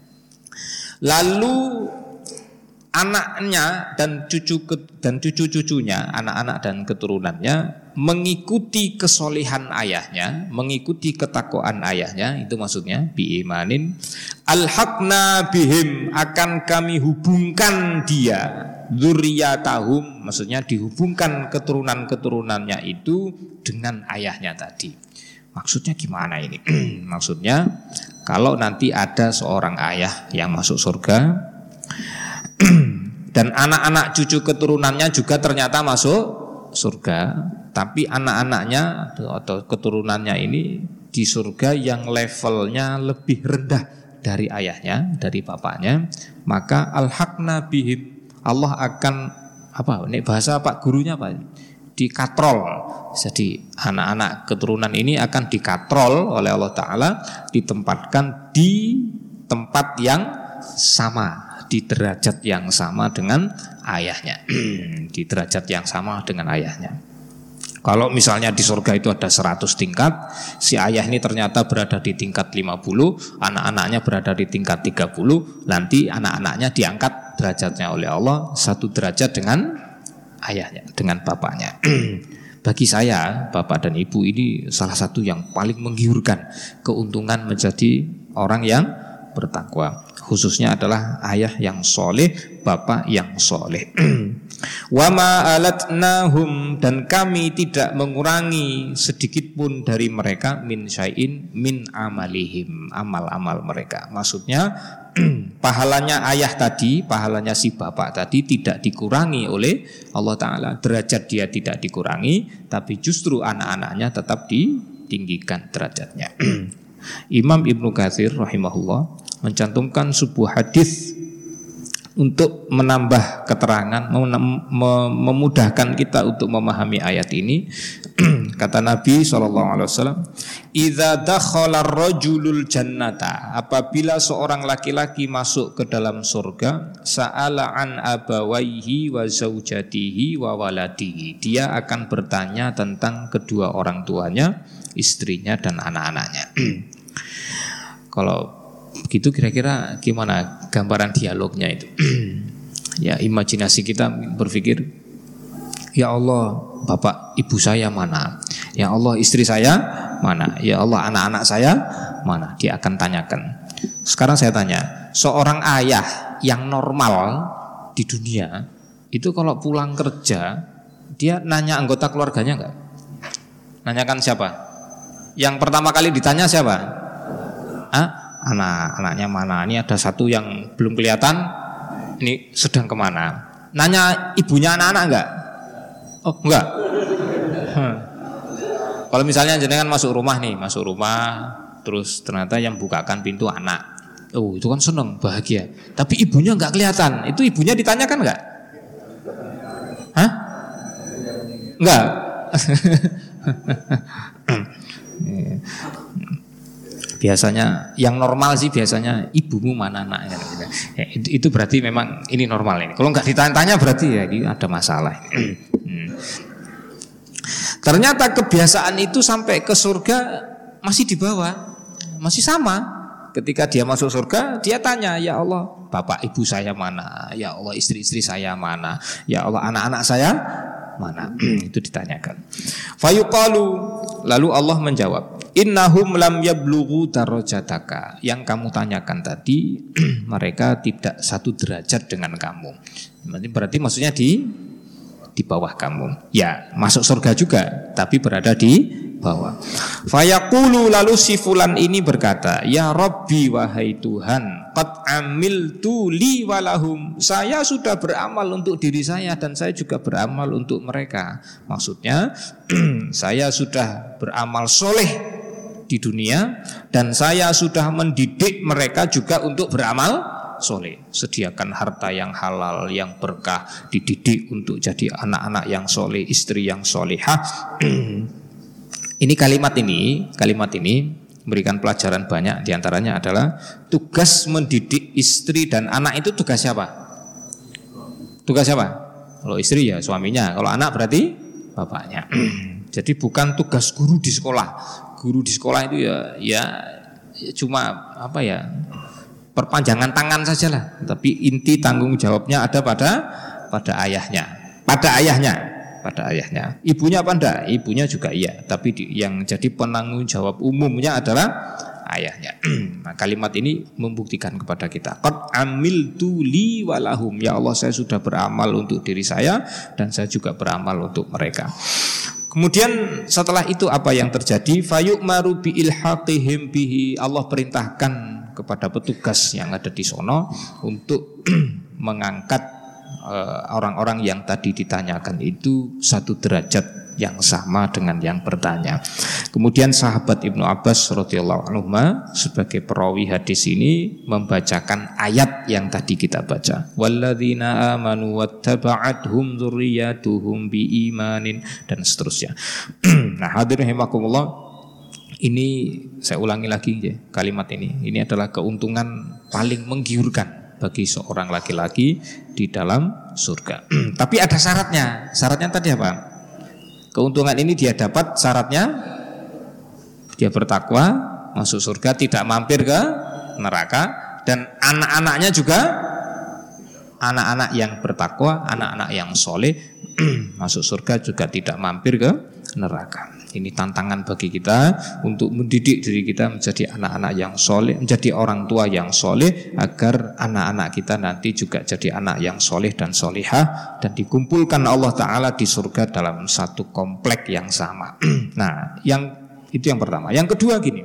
Lalu anaknya dan cucu dan cucu-cucunya, anak-anak dan keturunannya mengikuti kesolehan ayahnya, mengikuti ketakwaan ayahnya, itu maksudnya biimanin alhaqna bihim, akan kami hubungkan dia, dzurriyyatahum, maksudnya dihubungkan keturunan-keturunannya itu dengan ayahnya tadi. Maksudnya gimana ini? Maksudnya kalau nanti ada seorang ayah yang masuk surga dan anak-anak cucu keturunannya juga ternyata masuk surga, tapi anak-anaknya atau keturunannya ini di surga yang levelnya lebih rendah dari ayahnya, dari bapaknya, maka alhaqna bihim, Allah akan apa? Ini bahasa Pak gurunya Pak, dikatrol. Jadi anak-anak keturunan ini akan dikatrol oleh Allah Ta'ala, ditempatkan di tempat yang sama, di derajat yang sama dengan ayahnya. Di derajat yang sama dengan ayahnya. Kalau misalnya di surga itu ada seratus tingkat, si ayah ini ternyata berada di tingkat lima puluh, anak-anaknya berada di tingkat tiga puluh, nanti anak-anaknya diangkat derajatnya oleh Allah satu derajat dengan ayahnya, dengan bapaknya. Bagi saya, bapak dan ibu ini salah satu yang paling menggiurkan keuntungan menjadi orang yang bertakwa. Khususnya adalah ayah yang soleh, bapak yang soleh. Wa ma alatnahum, dan kami tidak mengurangi sedikit pun dari mereka min syai'in min amalihim, amal-amal mereka. Maksudnya pahalanya ayah tadi, pahalanya si bapak tadi tidak dikurangi oleh Allah Ta'ala. Derajat dia tidak dikurangi, tapi justru anak-anaknya tetap ditinggikan derajatnya. Imam Ibnu Katsir rahimahullah mencantumkan sebuah hadis untuk menambah keterangan, memudahkan kita untuk memahami ayat ini. Kata Nabi shallallahu alaihi wasallam, "Idza dakhala ar-rajulul jannata", apabila seorang laki-laki masuk ke dalam surga, sa'ala an abawaihi wa zaujatihi wa waladihi, dia akan bertanya tentang kedua orang tuanya, istrinya dan anak-anaknya. Kalau begitu kira-kira gimana gambaran dialognya itu? Ya, imajinasi kita berpikir, ya Allah, bapak ibu saya mana? Ya Allah, istri saya mana? Ya Allah, anak-anak saya mana? Dia akan tanyakan. Sekarang saya tanya, seorang ayah yang normal di dunia itu kalau pulang kerja, dia nanya anggota keluarganya enggak? Nanyakan siapa? Yang pertama kali ditanya siapa? Hah? Anak-anaknya mana? Ini ada satu yang belum kelihatan, ini sedang kemana? Nanya ibunya anak-anak enggak? Oh enggak. Hmm. Kalau misalnya jenengan masuk rumah nih, masuk rumah, terus ternyata yang bukakan pintu anak, oh itu kan seneng, bahagia. Tapi ibunya enggak kelihatan, itu ibunya ditanyakan enggak? Hah? Enggak. Biasanya yang normal sih biasanya ibumu mana anaknya, ya, itu, itu berarti memang ini normal ini. Kalau nggak ditanya-tanya berarti ya ini ada masalah. hmm. Ternyata kebiasaan itu sampai ke surga masih di bawah, masih sama. Ketika dia masuk surga, dia tanya, ya Allah, bapak ibu saya mana? Ya Allah, istri-istri saya mana? Ya Allah, anak-anak saya mana? Itu ditanyakan. Fayuqalu, lalu Allah menjawab, innahum lam yablughu darajataka. Yang kamu tanyakan tadi mereka tidak satu derajat dengan kamu. Berarti maksudnya di di bawah kamu. Ya, masuk surga juga tapi berada di bawah. Fayaqulu, lalu si fulan ini berkata, ya Rabbi, wahai Tuhan, qad amiltu li walahum, saya sudah beramal untuk diri saya dan saya juga beramal untuk mereka. Maksudnya saya sudah beramal soleh di dunia dan saya sudah mendidik mereka juga untuk beramal soleh. Sediakan harta yang halal, yang berkah, dididik untuk jadi anak-anak yang soleh, istri yang solehah. Ini kalimat ini, kalimat ini memberikan pelajaran banyak. Di antaranya adalah tugas mendidik istri dan anak itu tugas siapa? Tugas siapa? Kalau istri ya suaminya, kalau anak berarti bapaknya. Jadi bukan tugas guru di sekolah. Guru di sekolah itu ya ya, ya cuma apa ya? perpanjangan tangan sajalah. Tapi inti tanggung jawabnya ada pada pada ayahnya. Pada ayahnya, pada ayahnya. Ibunya apa enggak? Ibunya juga iya, tapi di, yang jadi penanggung jawab umumnya adalah ayahnya. Nah, kalimat ini membuktikan kepada kita, qad amiltu li walahum, ya Allah saya sudah beramal untuk diri saya dan saya juga beramal untuk mereka. Kemudian setelah itu apa yang terjadi? Fayu'maru bi ilhaqihim bihi, Allah perintahkan kepada petugas yang ada di sono untuk mengangkat uh, orang-orang yang tadi ditanyakan itu satu derajat yang sama dengan yang bertanya. Kemudian sahabat Ibnu Abbas radhiyallahu anhu sebagai perawi hadis ini membacakan ayat yang tadi kita baca. Walladzina amanu wattaba'athum dzurriyyatuhum biimanin dan seterusnya. Nah, hadirin rahimakumullah, ini saya ulangi lagi ya, kalimat ini. Ini adalah keuntungan paling menggiurkan bagi seorang laki-laki di dalam surga. Tapi ada syaratnya. Syaratnya tadi apa? Keuntungan ini dia dapat syaratnya dia bertakwa, masuk surga, tidak mampir ke neraka, dan anak-anaknya juga anak-anak yang bertakwa, anak-anak yang soleh masuk surga juga tidak mampir ke neraka. Ini tantangan bagi kita untuk mendidik diri kita menjadi anak-anak yang soleh, menjadi orang tua yang soleh, agar anak-anak kita nanti juga jadi anak yang soleh dan solihah, dan dikumpulkan Allah Ta'ala di surga dalam satu komplek yang sama. Nah, yang itu yang pertama. Yang kedua gini,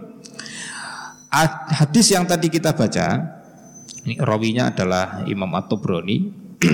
hadis yang tadi kita baca, ini rawinya adalah Imam At-Tabrani,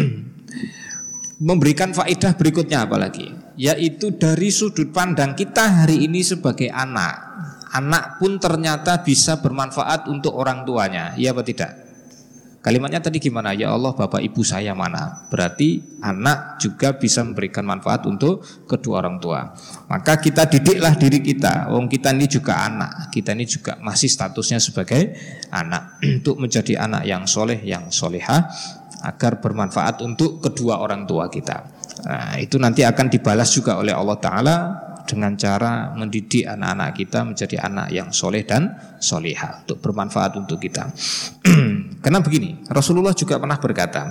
memberikan faedah berikutnya apa lagi? Yaitu dari sudut pandang kita hari ini sebagai anak, anak pun ternyata bisa bermanfaat untuk orang tuanya, iya apa tidak? Kalimatnya tadi gimana? Ya Allah, bapak ibu saya mana? Berarti anak juga bisa memberikan manfaat untuk kedua orang tua. Maka kita didiklah diri kita. Wong kita ini juga anak, kita ini juga masih statusnya sebagai anak, untuk menjadi anak yang soleh, yang solehah, agar bermanfaat untuk kedua orang tua kita. Nah, itu nanti akan dibalas juga oleh Allah Ta'ala dengan cara mendidik anak-anak kita menjadi anak yang soleh dan solehah, untuk bermanfaat untuk kita. Karena begini, Rasulullah juga pernah berkata,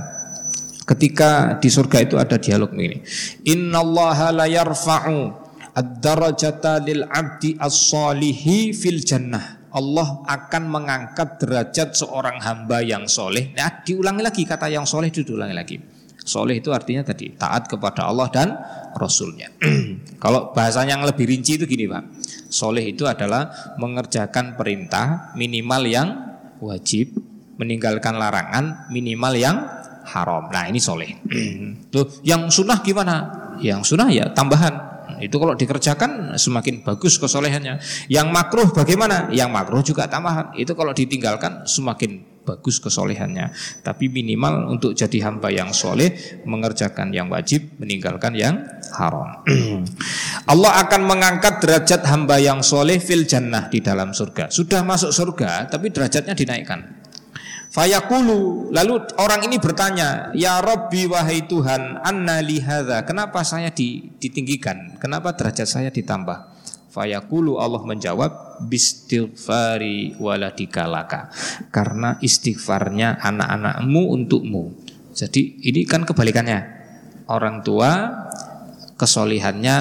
ketika di surga itu ada dialog ini, innallaha la yarfa'u ad-darajata lil 'abdi as-solihi fil jannah. Allah akan mengangkat derajat seorang hamba yang soleh. Nah, diulangi lagi kata yang soleh itu, diulangi lagi. Soleh itu artinya tadi taat kepada Allah dan Rasulnya. Kalau bahasanya yang lebih rinci itu gini Pak, soleh itu adalah mengerjakan perintah minimal yang wajib, meninggalkan larangan minimal yang haram. Nah, ini soleh. Tuh, yang sunnah gimana? Yang sunnah ya tambahan. Itu kalau dikerjakan semakin bagus kesolehannya. Yang makruh bagaimana? Yang makruh juga tambahan. Itu kalau ditinggalkan semakin bagus kesolehannya. Tapi minimal untuk jadi hamba yang soleh, mengerjakan yang wajib, meninggalkan yang haram. Allah akan mengangkat derajat hamba yang soleh fil jannah, di dalam surga. Sudah masuk surga tapi derajatnya dinaikkan. Fayaqulu, lalu orang ini bertanya, ya Rabbi, wahai Tuhan, anna li hadza, kenapa saya ditinggikan, kenapa derajat saya ditambah? Fayaqulu, Allah menjawab, bistighfari waladika laka, karena istighfarnya anak-anakmu untukmu. Jadi ini kan kebalikannya, orang tua kesolihannya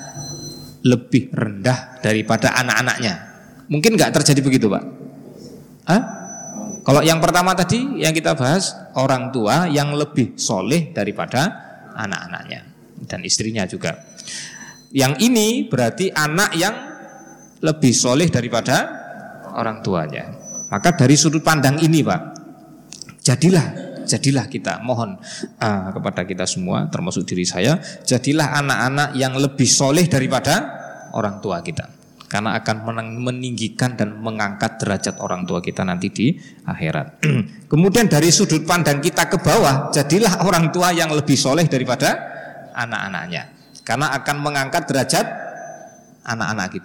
lebih rendah daripada anak-anaknya. Mungkin gak terjadi begitu Pak? Hah? Kalau yang pertama tadi yang kita bahas, orang tua yang lebih soleh daripada anak-anaknya dan istrinya juga. Yang ini berarti anak yang lebih soleh daripada orang tuanya. Maka dari sudut pandang ini Pak, jadilah jadilah kita, mohon uh, kepada kita semua, termasuk diri saya, jadilah anak-anak yang lebih soleh daripada orang tua kita. Karena akan meninggikan dan mengangkat derajat orang tua kita nanti di akhirat. Kemudian dari sudut pandang kita ke bawah, jadilah orang tua yang lebih soleh daripada anak-anaknya. Karena akan mengangkat derajat anak-anak kita.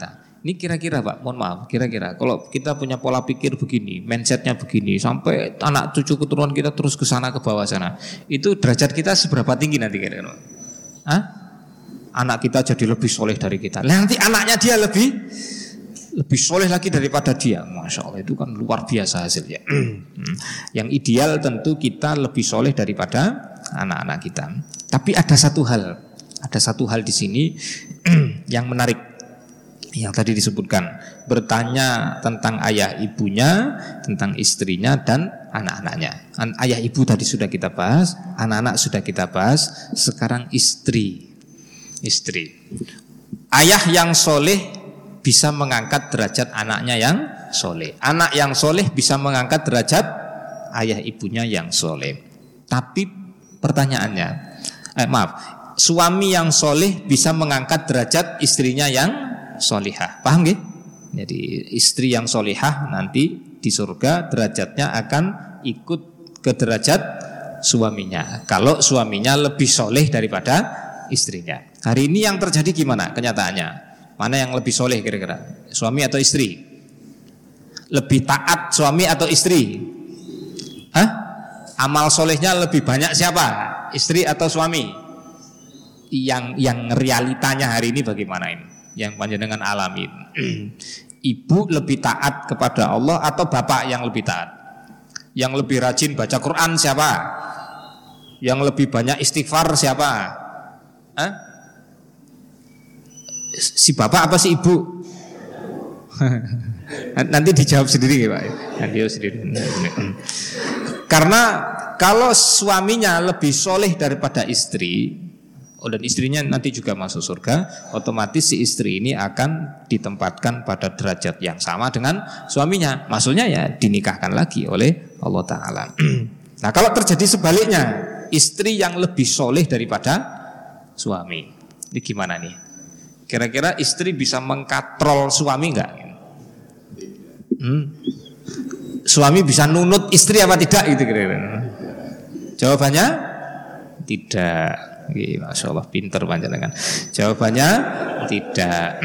Ini kira-kira Pak, mohon maaf, kira-kira kalau kita punya pola pikir begini, mindsetnya begini, sampai anak cucu keturunan kita terus ke sana ke bawah sana, itu derajat kita seberapa tinggi nanti kira-kira? Hah? Anak kita jadi lebih soleh dari kita. Nanti anaknya dia lebih lebih soleh lagi daripada dia. Masya Allah, itu kan luar biasa hasilnya. Yang ideal tentu kita lebih soleh daripada anak-anak kita. Tapi ada satu hal, ada satu hal di sini yang menarik. Yang tadi disebutkan, bertanya tentang ayah ibunya, tentang istrinya dan anak-anaknya. Ayah ibu tadi sudah kita bahas, anak-anak sudah kita bahas, sekarang istri. Istri. Ayah yang soleh bisa mengangkat derajat anaknya yang soleh. Anak yang soleh bisa mengangkat derajat ayah ibunya yang soleh. Tapi pertanyaannya, eh, maaf, suami yang soleh bisa mengangkat derajat istrinya yang solihah, paham gak? Jadi istri yang solihah nanti di surga derajatnya akan ikut ke derajat suaminya. Kalau suaminya lebih soleh daripada istrinya. Hari ini yang terjadi gimana kenyataannya? Mana yang lebih soleh kira-kira? Suami atau istri? Lebih taat suami atau istri? Hah? Amal solehnya lebih banyak siapa? Istri atau suami? Yang yang realitanya hari ini bagaimana ini? Yang panjenengan alami. Ibu lebih taat kepada Allah atau bapak yang lebih taat? Yang lebih rajin baca Quran siapa? Yang lebih banyak istighfar siapa? Hah? Si bapak apa si ibu? Nanti dijawab sendiri ya Pak. Nanti sendiri. Karena kalau suaminya lebih soleh daripada istri, oh, dan istrinya nanti juga masuk surga, otomatis si istri ini akan ditempatkan pada derajat yang sama dengan suaminya. Maksudnya ya dinikahkan lagi oleh Allah Ta'ala. Nah kalau terjadi sebaliknya, istri yang lebih soleh daripada suami, ini gimana nih? Kira-kira istri bisa mengkatrol suami enggak? Hmm? Suami bisa nunut istri apa tidak gitu kira-kira? Jawabannya tidak. Masya Allah, pinter panjenengan. Jawabannya tidak.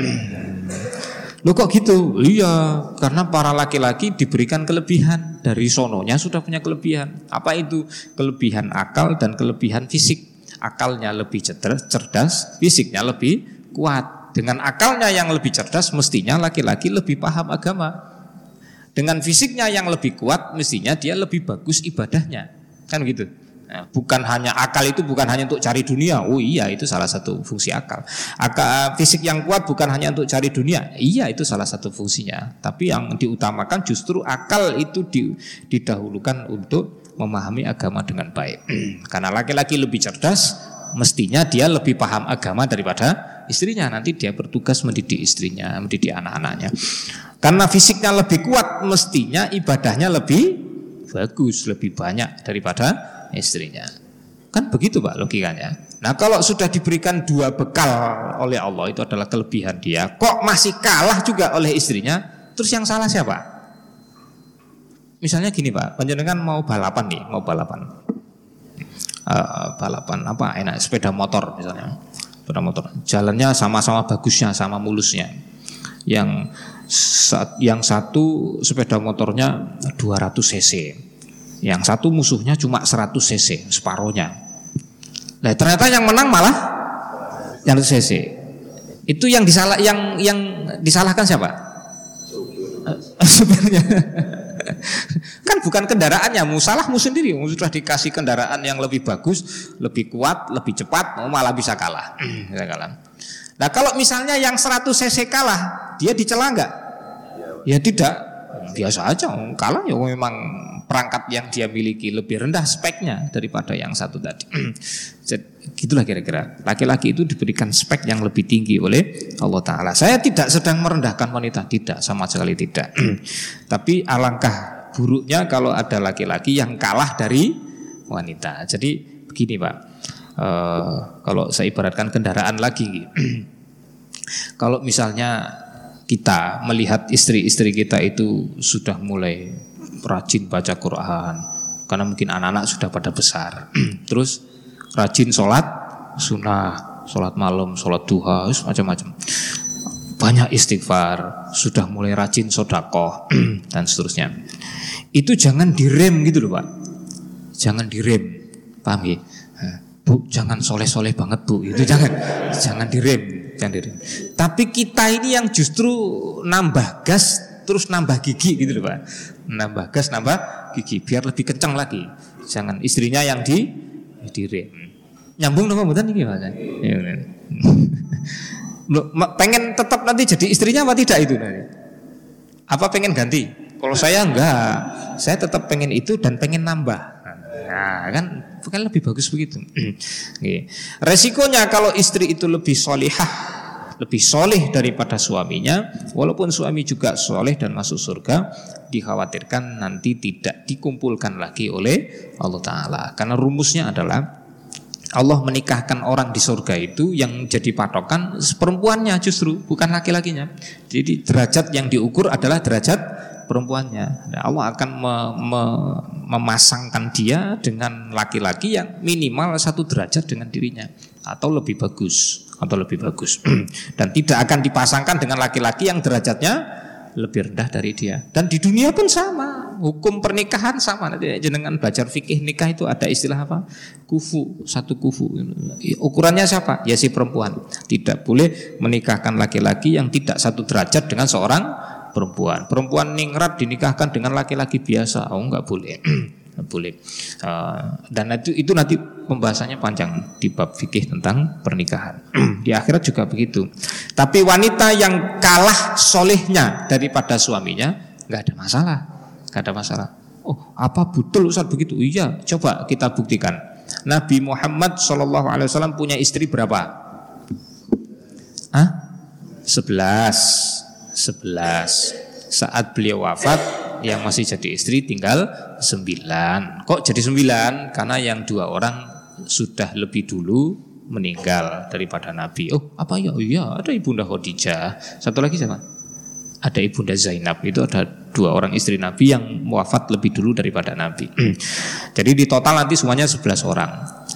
Loh kok gitu? Iya, karena para laki-laki diberikan kelebihan. Dari sononya sudah punya kelebihan. Apa itu? Kelebihan akal dan kelebihan fisik. Akalnya lebih cerdas, cerdas, fisiknya lebih kuat. Dengan akalnya yang lebih cerdas, mestinya laki-laki lebih paham agama. Dengan fisiknya yang lebih kuat, mestinya dia lebih bagus ibadahnya. Kan gitu. Nah, bukan hanya akal itu bukan hanya untuk cari dunia. Oh iya, itu salah satu fungsi akal. Akal fisik yang kuat bukan hanya untuk cari dunia. Iya, itu salah satu fungsinya. Tapi yang diutamakan justru akal itu didahulukan untuk memahami agama dengan baik. Karena laki-laki lebih cerdas, mestinya dia lebih paham agama daripada istrinya. Nanti dia bertugas mendidik istrinya, mendidik anak-anaknya. Karena fisiknya lebih kuat, mestinya ibadahnya lebih bagus, lebih banyak daripada istrinya. Kan begitu Pak logikanya. Nah kalau sudah diberikan dua bekal oleh Allah, itu adalah kelebihan dia, kok masih kalah juga oleh istrinya, terus yang salah siapa? Misalnya gini Pak, panjenengan mau balapan nih, mau balapan uh, Balapan apa enak, sepeda motor misalnya. Sepeda motor, jalannya sama-sama bagusnya, sama mulusnya. Yang yang satu sepeda motornya dua ratus cc, yang satu musuhnya cuma seratus cc, separohnya. Nah ternyata yang menang malah yang seratus cc. Itu yang disalah yang yang disalahkan siapa? Supirnya. Kan bukan kendaraannya, musalahmu sendiri. Sudah dikasih kendaraan yang lebih bagus, lebih kuat, lebih cepat, malah bisa kalah. Bisa kalah. Nah kalau misalnya yang seratus cc kalah, dia dicela enggak? Ya tidak, biasa aja. Kalah ya memang perangkat yang dia miliki lebih rendah speknya daripada yang satu tadi. Gitulah kira-kira. Laki-laki itu diberikan spek yang lebih tinggi oleh Allah Ta'ala. Saya tidak sedang merendahkan wanita, tidak, sama sekali tidak. Tapi alangkah buruknya kalau ada laki-laki yang kalah dari wanita. Jadi begini Pak, e, kalau saya ibaratkan kendaraan lagi, kalau misalnya kita melihat istri-istri kita itu sudah mulai rajin baca Quran, karena mungkin anak-anak sudah pada besar, terus rajin sholat sunnah, sholat malam, sholat duha, macam-macam. banyak istighfar, sudah mulai rajin sedekah dan seterusnya. Itu jangan direm gitu loh Pak. Jangan direm. Paham ya? Bu, jangan soleh-soleh banget Bu. Itu jangan. Jangan direm, jangan direm. Tapi kita ini yang justru nambah gas terus nambah gigi gitu loh Pak. Nambah gas, nambah gigi biar lebih kencang lagi. Jangan istrinya yang di direm. Nyambung dong mboten iki Pak. Ya, pengen tetap nanti jadi istrinya apa tidak itu nanti? Apa pengen ganti? Kalau saya enggak, saya tetap pengen itu dan pengen nambah. Nah, kan kan lebih bagus begitu. Oke. Resikonya kalau istri itu lebih solihah, lebih soleh daripada suaminya, walaupun suami juga soleh dan masuk surga, dikhawatirkan nanti tidak dikumpulkan lagi oleh Allah Ta'ala. Karena rumusnya adalah Allah menikahkan orang di surga itu yang jadi patokan perempuannya justru, bukan laki-lakinya. Jadi derajat yang diukur adalah derajat perempuannya. Nah, Allah akan me, me, memasangkan dia dengan laki-laki yang minimal satu derajat dengan dirinya atau lebih bagus, atau lebih bagus. Dan tidak akan dipasangkan dengan laki-laki yang derajatnya lebih rendah dari dia. Dan di dunia pun sama, hukum pernikahan sama. Nanti jenengan belajar fikih nikah itu ada istilah apa? Kufu, satu kufu. Ukurannya siapa? Ya si perempuan. Tidak boleh menikahkan laki-laki yang tidak satu derajat dengan seorang perempuan. Perempuan ningrat dinikahkan dengan laki-laki biasa, oh enggak boleh. Enggak boleh. Uh, dan itu itu nanti pembahasannya panjang di bab fikih tentang pernikahan. Di akhirat juga begitu. Tapi wanita yang kalah solehnya daripada suaminya enggak ada masalah. Enggak ada masalah. Oh, apa betul Ustaz begitu? Iya, coba kita buktikan. Nabi Muhammad shallallahu alaihi wasallam punya istri berapa? Hah? Sebelas. Sebelas. Saat beliau wafat, yang masih jadi istri tinggal sembilan. Kok jadi sembilan? Karena yang dua orang sudah lebih dulu meninggal daripada Nabi. Oh, apa ya? Oh iya, ada Ibunda Khadijah. Satu lagi siapa? Ada Ibunda Zainab. Itu ada dua orang istri Nabi yang wafat lebih dulu daripada Nabi. Jadi di total nanti semuanya sebelas orang.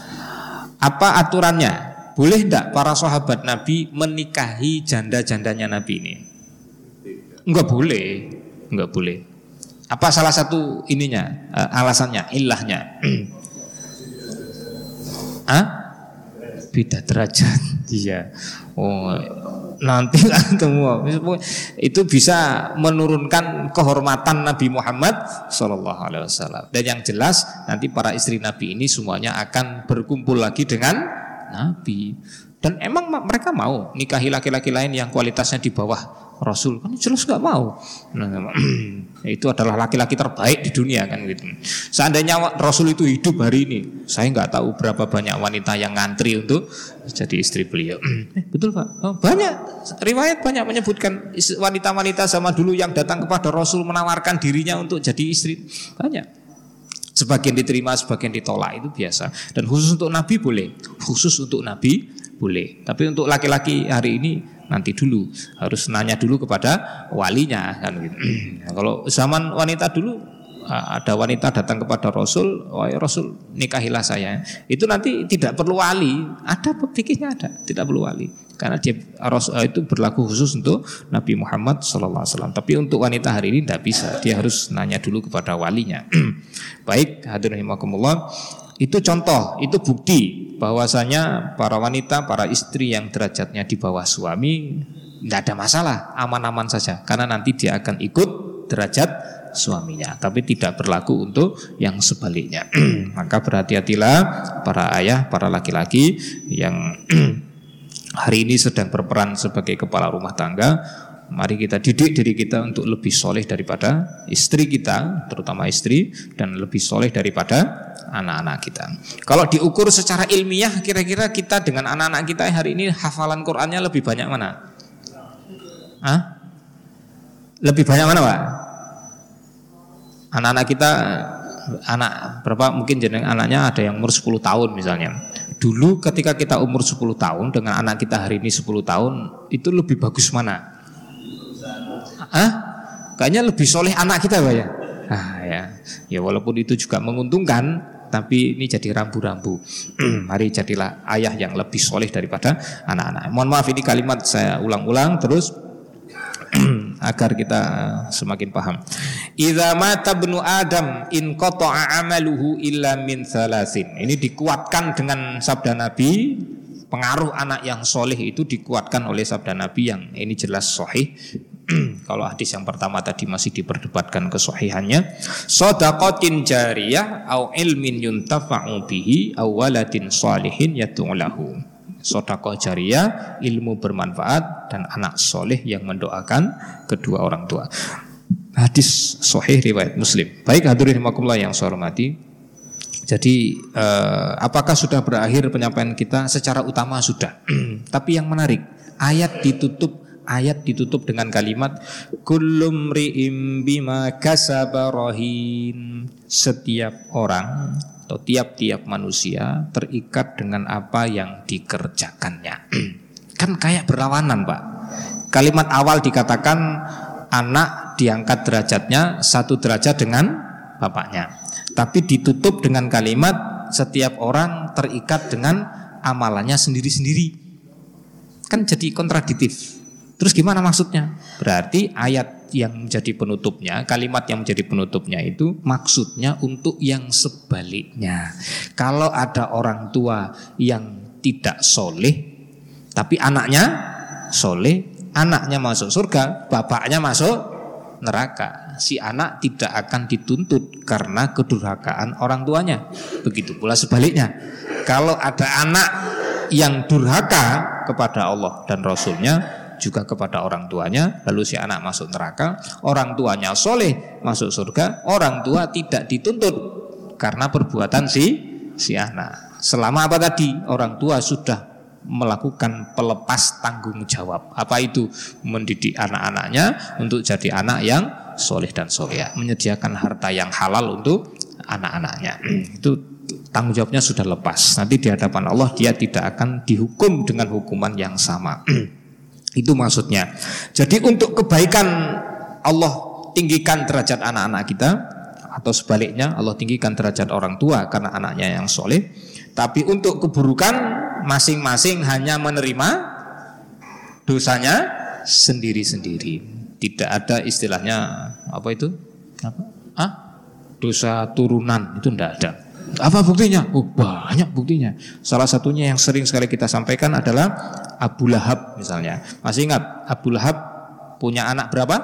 Apa aturannya? Boleh enggak para sahabat Nabi menikahi janda-jandanya Nabi ini? Enggak boleh. Enggak boleh. Apa salah satu ininya, uh, alasannya, ilahnya? Ah? Beda derajat. Iya. Oh, nanti ketemu. Itu bisa menurunkan kehormatan Nabi Muhammad shallallahu alaihi wasallam. Dan yang jelas nanti para istri Nabi ini semuanya akan berkumpul lagi dengan Nabi. Dan emang mereka mau nikahi laki-laki lain yang kualitasnya di bawah Rasul, kan jelas nggak mau. Nah, itu adalah laki-laki terbaik di dunia kan gitu. Seandainya Rasul itu hidup hari ini, saya nggak tahu berapa banyak wanita yang ngantri untuk jadi istri beliau. Eh, betul Pak? Oh, banyak riwayat banyak menyebutkan wanita-wanita sama dulu yang datang kepada Rasul menawarkan dirinya untuk jadi istri, banyak. Sebagian diterima, sebagian ditolak, itu biasa. Dan khusus untuk Nabi boleh, khusus untuk Nabi boleh. Tapi untuk laki-laki hari ini nanti dulu harus nanya dulu kepada walinya kan gitu. Nah, kalau zaman wanita dulu ada wanita datang kepada Rasul, wahai Rasul nikahilah saya. Itu nanti tidak perlu wali, ada fikihnya ada, tidak perlu wali. Karena dia Rasul itu berlaku khusus untuk Nabi Muhammad shallallahu alaihi wasallam. Tapi untuk wanita hari ini tidak bisa, dia harus nanya dulu kepada walinya. Baik, hadirin rahimakumullah. Itu contoh, itu bukti bahwasanya para wanita, para istri yang derajatnya di bawah suami tidak ada masalah, aman-aman saja. Karena nanti dia akan ikut derajat suaminya, tapi tidak berlaku untuk yang sebaliknya. Maka berhati-hatilah para ayah, para laki-laki yang hari ini sedang berperan sebagai kepala rumah tangga. Mari kita didik diri kita untuk lebih soleh daripada istri kita, terutama istri, dan lebih soleh daripada anak-anak kita. Kalau diukur secara ilmiah, kira-kira kita dengan anak-anak kita hari ini hafalan Qur'annya lebih banyak mana? Hah? Lebih banyak mana Pak? Anak-anak kita, anak berapa mungkin jeneng anaknya ada yang umur sepuluh tahun misalnya. Dulu ketika kita umur sepuluh tahun dengan anak kita hari ini sepuluh tahun, itu lebih bagus mana? Hah? Kayaknya lebih soleh anak kita Pak ya. Ah ya, ya walaupun itu juga menguntungkan, tapi ini jadi rambu-rambu. Mari jadilah ayah yang lebih soleh daripada anak-anak. Mohon maaf ini kalimat saya ulang-ulang terus. agar kita semakin paham. Idza mata ibnu Adam in qata'a amaluhu illa min thalathin. Ini dikuatkan dengan sabda Nabi. Pengaruh anak yang soleh itu dikuatkan oleh sabda Nabi yang ini jelas sahih. Kalau hadis yang pertama tadi masih diperdebatkan kesahihannya. Shadaqatin jariyah au ilmin yuntafa'u bihi au waladin shalihin yad'u lahu. Sedekah jariyah, ilmu bermanfaat, dan anak soleh yang mendoakan kedua orang tua. Hadis sahih riwayat Muslim. Baik hadirin rahimakumullah yang saya hormati. Jadi eh, apakah sudah berakhir penyampaian kita? Secara utama sudah. Tapi yang menarik, ayat ditutup ayat ditutup dengan kalimat kullum ri'im bima kasaba rahin. Setiap orang atau tiap-tiap manusia terikat dengan apa yang dikerjakannya. Kan kayak berlawanan, Pak. Kalimat awal dikatakan anak diangkat derajatnya satu derajat dengan bapaknya. Tapi ditutup dengan kalimat setiap orang terikat dengan amalannya sendiri-sendiri. Kan jadi kontradiktif. Terus gimana maksudnya? Berarti ayat yang menjadi penutupnya, kalimat yang menjadi penutupnya itu maksudnya untuk yang sebaliknya. Kalau ada orang tua yang tidak soleh, tapi anaknya soleh, anaknya masuk surga, bapaknya masuk neraka. Si anak tidak akan dituntut karena kedurhakaan orang tuanya. Begitu pula sebaliknya. Kalau ada anak yang durhaka kepada Allah dan Rasulnya, juga kepada orang tuanya, lalu si anak masuk neraka, orang tuanya soleh masuk surga, orang tua tidak dituntut karena perbuatan si si anak. Selama apa tadi? Orang tua sudah melakukan pelepas tanggung jawab. Apa itu? Mendidik anak-anaknya untuk jadi anak yang soleh dan solehah, menyediakan harta yang halal untuk anak-anaknya. Itu tanggung jawabnya sudah lepas. Nanti di hadapan Allah dia tidak akan dihukum dengan hukuman yang sama. Itu maksudnya. Jadi untuk kebaikan Allah tinggikan derajat anak-anak kita, atau sebaliknya Allah tinggikan derajat orang tua karena anaknya yang soleh. Tapi untuk keburukan masing-masing hanya menerima dosanya sendiri-sendiri. Tidak ada istilahnya apa itu? Apa? Ah? Dosa turunan itu tidak ada. Apa buktinya? Oh, banyak buktinya. Salah satunya yang sering sekali kita sampaikan adalah Abu Lahab misalnya. Masih ingat Abu Lahab punya anak berapa?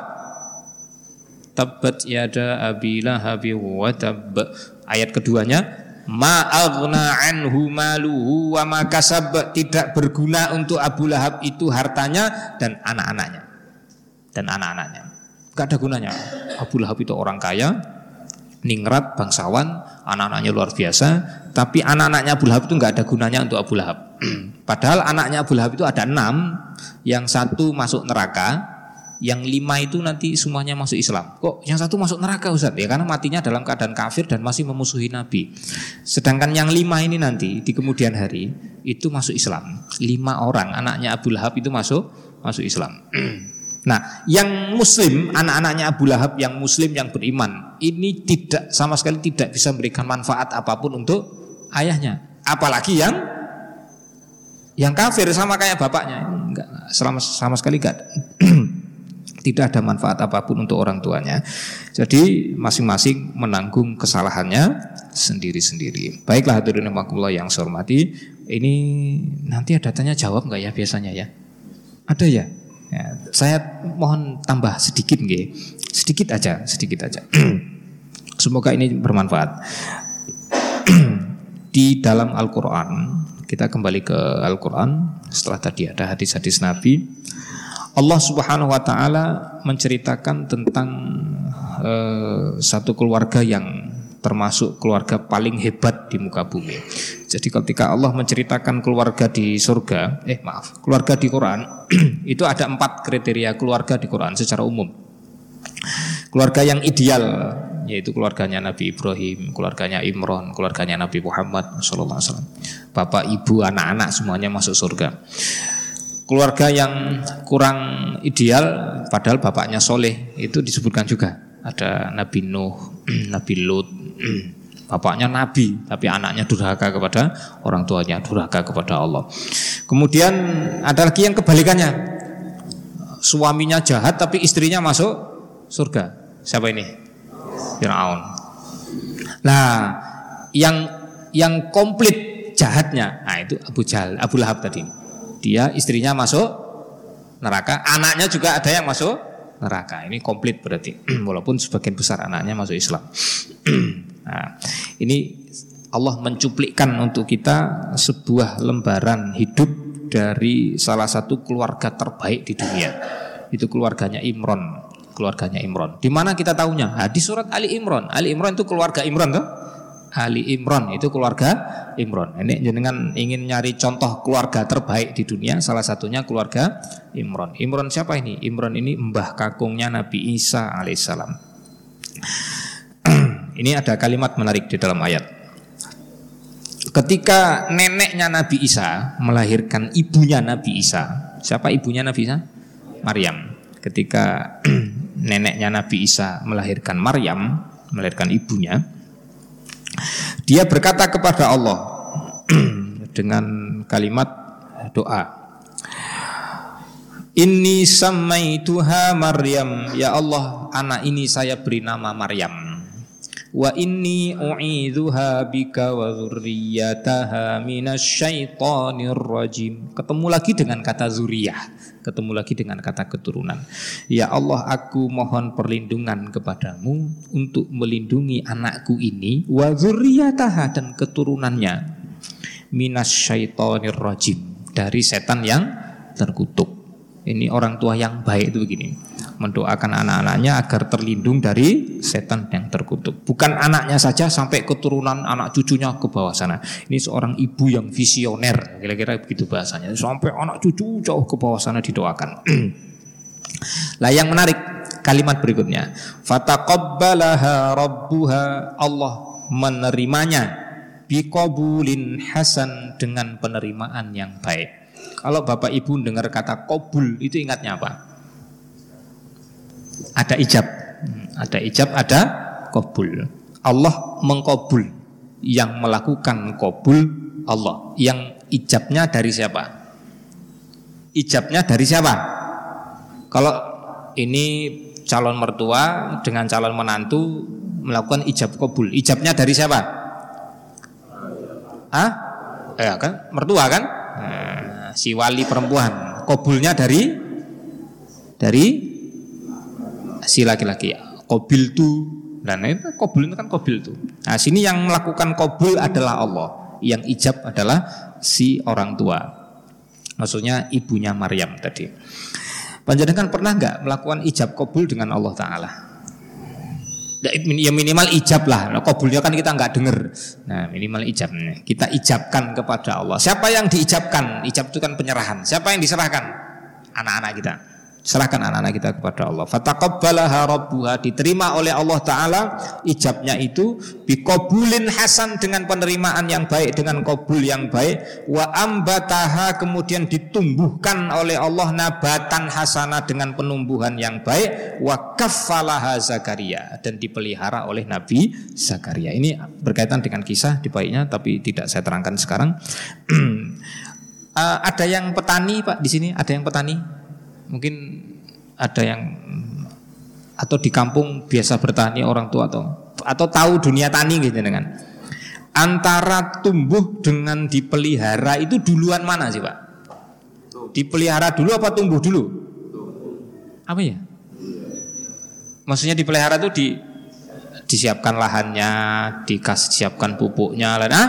Tabbat yada Abi Lahab wa tab. Ayat keduanya, ma aghna anhu maluhu wa ma kasab. Tidak berguna untuk Abu Lahab itu hartanya dan anak-anaknya. Dan anak-anaknya. Enggak ada gunanya. Abu Lahab itu orang kaya, ningrat, bangsawan, anak-anaknya luar biasa, tapi anak-anaknya Abu Lahab itu nggak ada gunanya untuk Abu Lahab. Padahal anaknya Abu Lahab itu ada enam, yang satu masuk neraka, yang lima itu nanti semuanya masuk Islam. Kok yang satu masuk neraka, Ustaz? Ya karena matinya dalam keadaan kafir dan masih memusuhi Nabi. Sedangkan yang lima ini nanti di kemudian hari itu masuk Islam. Lima orang anaknya Abu Lahab itu masuk masuk Islam. Nah, yang muslim, anak-anaknya Abu Lahab yang muslim, yang beriman, ini tidak, sama sekali tidak bisa memberikan manfaat apapun untuk ayahnya. Apalagi yang yang kafir sama kayak bapaknya, enggak, sama, sama sekali enggak. Tidak ada manfaat apapun untuk orang tuanya. Jadi masing-masing menanggung kesalahannya sendiri-sendiri. Baiklah hadirin rahimakumullah yang saya hormati, ini nanti ada tanya jawab enggak ya biasanya ya? Ada ya? Ya, saya mohon tambah sedikit nggih. Sedikit aja, sedikit aja. Semoga ini bermanfaat. Di dalam Al-Qur'an, kita kembali ke Al-Qur'an setelah tadi ada hadis-hadis Nabi. Allah Subhanahu wa taala menceritakan tentang uh, satu keluarga yang termasuk keluarga paling hebat di muka bumi. Jadi ketika Allah menceritakan keluarga di surga, eh maaf, keluarga di Quran, itu ada empat kriteria keluarga di Quran secara umum. Keluarga yang ideal, yaitu keluarganya Nabi Ibrahim, keluarganya Imran, keluarganya Nabi Muhammad shallallahu alaihi wasallam. Bapak, ibu, anak-anak semuanya masuk surga. Keluarga yang kurang ideal, padahal bapaknya soleh, itu disebutkan juga. Ada Nabi Nuh, Nabi Lut, bapaknya Nabi, tapi anaknya durhaka kepada orang tuanya, durhaka kepada Allah. Kemudian ada lagi yang kebalikannya, suaminya jahat tapi istrinya masuk surga. Siapa ini? Firaun. Nah, yang yang komplit jahatnya, nah itu Abu Jahal, Abu Lahab tadi. Dia istrinya masuk neraka, anaknya juga ada yang masuk neraka. Ini komplit berarti, walaupun sebagian besar anaknya masuk Islam. Nah, ini Allah mencuplikkan untuk kita sebuah lembaran hidup dari salah satu keluarga terbaik di dunia. Itu keluarganya Imran. Keluarganya Imran. Di mana kita tahunya? Nah, di surat Ali Imran. Ali Imran itu keluarga Imran tuh. Ali Imran itu keluarga Imran. Ini jenengan ingin nyari contoh keluarga terbaik di dunia, salah satunya keluarga Imran. Imran siapa ini? Imran ini mbah kakungnya Nabi Isa alaihissalam. Ini ada kalimat menarik di dalam ayat. Ketika neneknya Nabi Isa melahirkan ibunya Nabi Isa. Siapa ibunya Nabi Isa? Maryam. Ketika neneknya Nabi Isa melahirkan Maryam, melahirkan ibunya, dia berkata kepada Allah dengan kalimat doa, Inni samaituha Maryam, ya Allah, anak ini saya beri nama Maryam. Wa inni u'idzuha bika wa dzurriyyataha minasyaitonir rajim. Ketemu lagi dengan kata zuriyah, ketemu lagi dengan kata keturunan. Ya Allah, aku mohon perlindungan kepadamu untuk melindungi anakku ini wa dzurriyyataha, dan keturunannya, minasyaitonir rajim, dari setan yang terkutuk. Ini orang tua yang baik itu begini, mendoakan anak-anaknya agar terlindung dari setan yang terkutuk. Bukan anaknya saja, sampai keturunan anak cucunya ke bawah sana. Ini seorang ibu yang visioner, kira-kira begitu bahasanya. Sampai anak cucu jauh ke bawah sana didoakan. Lah yang menarik kalimat berikutnya, fataqabbalaha rabbuha, Allah menerimanya biqabulin hasan, dengan penerimaan yang baik. Kalau Bapak Ibu dengar kata qabul, itu ingatnya apa? Ada ijab, ada ijab, ada qabul. Allah mengqabul, yang melakukan qabul Allah. Yang ijabnya dari siapa? Ijabnya dari siapa? Kalau ini calon mertua dengan calon menantu melakukan ijab qabul, ijabnya dari siapa? Ah, ya kan, mertua kan? Nah, si wali perempuan, qabulnya dari dari si laki-laki, qabil tu. Dan itu qabul itu kan qabil tu. Nah, sini yang melakukan qabul adalah Allah, yang ijab adalah si orang tua. Maksudnya ibunya Maryam tadi. Panjenengan pernah enggak melakukan ijab qabul dengan Allah Ta'ala? Ya minimal ijab lah. Nah, qabulnya kan kita enggak dengar. Nah, minimal ijab. Kita ijabkan kepada Allah. Siapa yang diijabkan? Ijab itu kan penyerahan. Siapa yang diserahkan? Anak-anak kita. Serahkan anak-anak kita kepada Allah. Fataqabbalaha rabbuha, diterima oleh Allah Ta'ala ijabnya itu biqabulin hasan, dengan penerimaan yang baik, dengan qabul yang baik. Wa ambataha, kemudian ditumbuhkan oleh Allah nabatan hasanah, dengan penumbuhan yang baik. Wa kaffalaha Zakaria, dan dipelihara oleh Nabi Zakaria. Ini berkaitan dengan kisah di baiknya, tapi tidak saya terangkan sekarang. uh, Ada yang petani Pak di sini? Ada yang petani? Mungkin ada yang, atau di kampung biasa bertani orang tua, atau atau tahu dunia tani gitu dengan. Antara tumbuh dengan dipelihara itu duluan mana sih Pak? Dipelihara dulu apa tumbuh dulu? Apa ya? Maksudnya dipelihara itu di disiapkan lahannya, dikasih siapkan pupuknya, nah,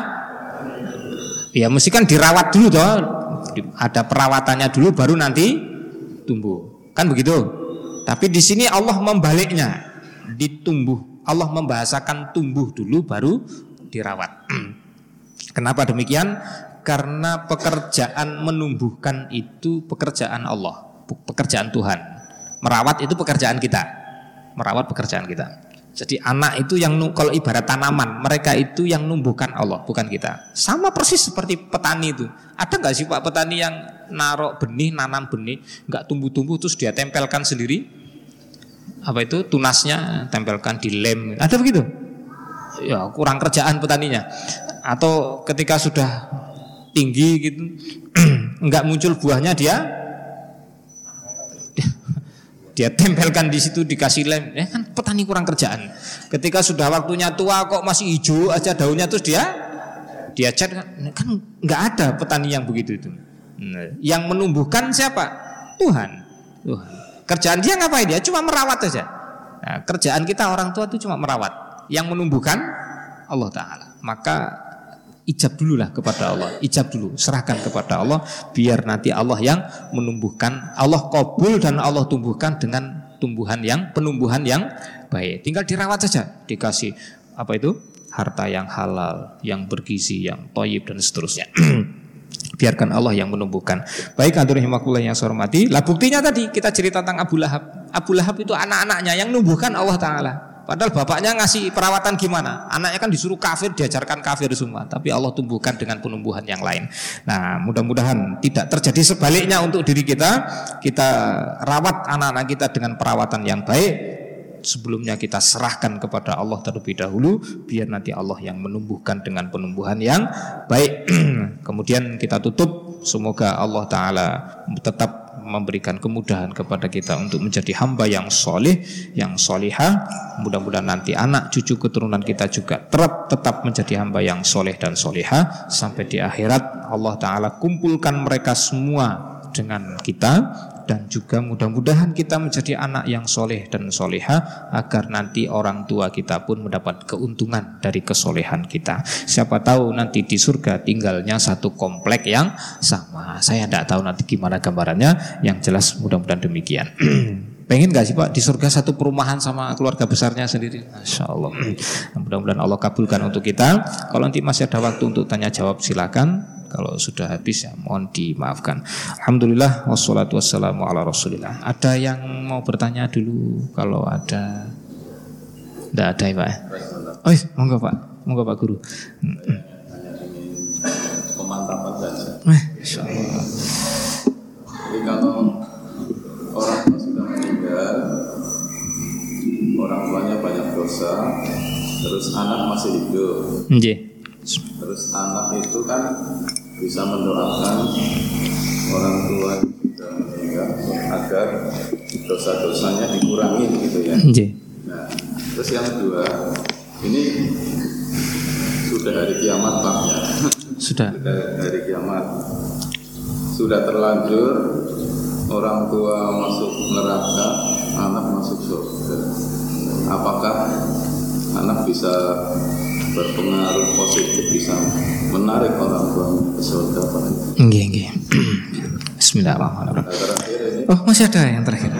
ya mesti kan dirawat dulu toh, ada perawatannya dulu baru nanti tumbuh, kan begitu. Tapi di sini Allah membaliknya, ditumbuh. Allah membahasakan tumbuh dulu baru dirawat. Kenapa demikian? Karena pekerjaan menumbuhkan itu pekerjaan Allah, pekerjaan Tuhan. Merawat itu pekerjaan kita. Merawat pekerjaan kita. Jadi anak itu yang, kalau ibarat tanaman, mereka itu yang numbuhkan Allah, bukan kita. Sama persis seperti petani itu. Ada nggak sih Pak petani yang narok benih, nanam benih, nggak tumbuh-tumbuh terus dia tempelkan sendiri? Apa itu tunasnya tempelkan di lem? Ada begitu? Ya kurang kerjaan petaninya. Atau ketika sudah tinggi gitu, nggak muncul buahnya dia dia tempelkan di situ, dikasih lem, ya kan petani kurang kerjaan. Ketika sudah waktunya tua kok masih hijau aja daunnya, terus dia dia cat, kan nggak ada petani yang begitu itu. Nah, yang menumbuhkan siapa? Tuhan. Tuhan. Kerjaan dia ngapain? Dia cuma merawat saja. Nah, kerjaan kita orang tua itu cuma merawat. Yang menumbuhkan Allah Ta'ala. Maka ijab dululah kepada Allah, ijab dulu, serahkan kepada Allah, biar nanti Allah yang menumbuhkan, Allah kabul dan Allah tumbuhkan dengan tumbuhan yang penumbuhan yang baik. Tinggal dirawat saja, dikasih apa itu harta yang halal, yang bergizi, yang thayyib dan seterusnya. Biarkan Allah yang menumbuhkan. Baik, hadirin rahimakumullah yang saya hormati. Lah buktinya tadi kita cerita tentang Abu Lahab. Abu Lahab itu anak-anaknya yang menumbuhkan Allah Ta'ala. Padahal bapaknya ngasih perawatan gimana? Anaknya kan disuruh kafir, diajarkan kafir semua. Tapi Allah tumbuhkan dengan penumbuhan yang lain. Nah, mudah-mudahan tidak terjadi sebaliknya untuk diri kita. Kita rawat anak-anak kita dengan perawatan yang baik. Sebelumnya kita serahkan kepada Allah terlebih dahulu, biar nanti Allah yang menumbuhkan dengan penumbuhan yang baik. Kemudian kita tutup, semoga Allah Ta'ala tetap memberikan kemudahan kepada kita untuk menjadi hamba yang soleh, yang solihah. Mudah-mudahan nanti anak cucu keturunan kita juga tetap, tetap menjadi hamba yang soleh dan solihah. Sampai di akhirat Allah Ta'ala kumpulkan mereka semua dengan kita. Dan juga mudah-mudahan kita menjadi anak yang soleh dan solehah, agar nanti orang tua kita pun mendapat keuntungan dari kesolehan kita. Siapa tahu nanti di surga tinggalnya satu komplek yang sama. Saya tidak tahu nanti gimana gambarannya. Yang jelas mudah-mudahan demikian. Pengen gak sih Pak di surga satu perumahan sama keluarga besarnya sendiri? Masya Allah. Mudah-mudahan Allah kabulkan untuk kita. Kalau nanti masih ada waktu untuk tanya jawab silakan. Kalau sudah habis ya mohon dimaafkan. Alhamdulillah wassalatu wassalamu ala rasulillah. Ada yang mau bertanya dulu? Kalau ada. Tidak ada ya Pak. Oh monggo Pak. Monggo Pak Guru. Pemantapan saja. Eh, insya Allah. Jadi kalau orang tua sudah meninggal, orang tuanya banyak dosa, terus anak masih hidup. Nggih. Terus anak itu kan bisa mendoakan orang tua yang sudah meninggal agar dosa-dosanya dikurangi gitu ya. Nah, terus yang kedua, ini sudah hari kiamat Pak ya. Sudah. Sudah hari kiamat. Sudah terlanjur orang tua masuk neraka, anak masuk surga. Apakah anak bisa berpengaruh positif, bisa menarik orang tua ke surga Pak? Nggih, nggih. Bismillahirrahmanirrahim. Oh, masih ada yang terakhir.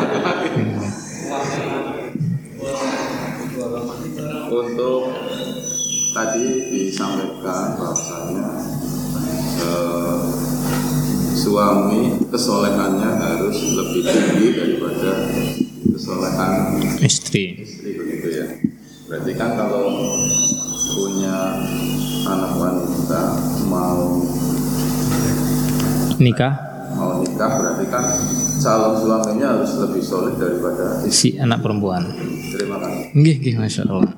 Untuk tadi disampaikan bahwasanya eh, suami kesolehannya harus lebih tinggi daripada kesolehan istri. Istri begitu ya. Berarti kan kalau punya anak wanita mau nikah, mau nikah berarti kan calon suaminya harus lebih solid daripada si anak perempuan. Terima kasih. Nggih, nggih, masya Allah.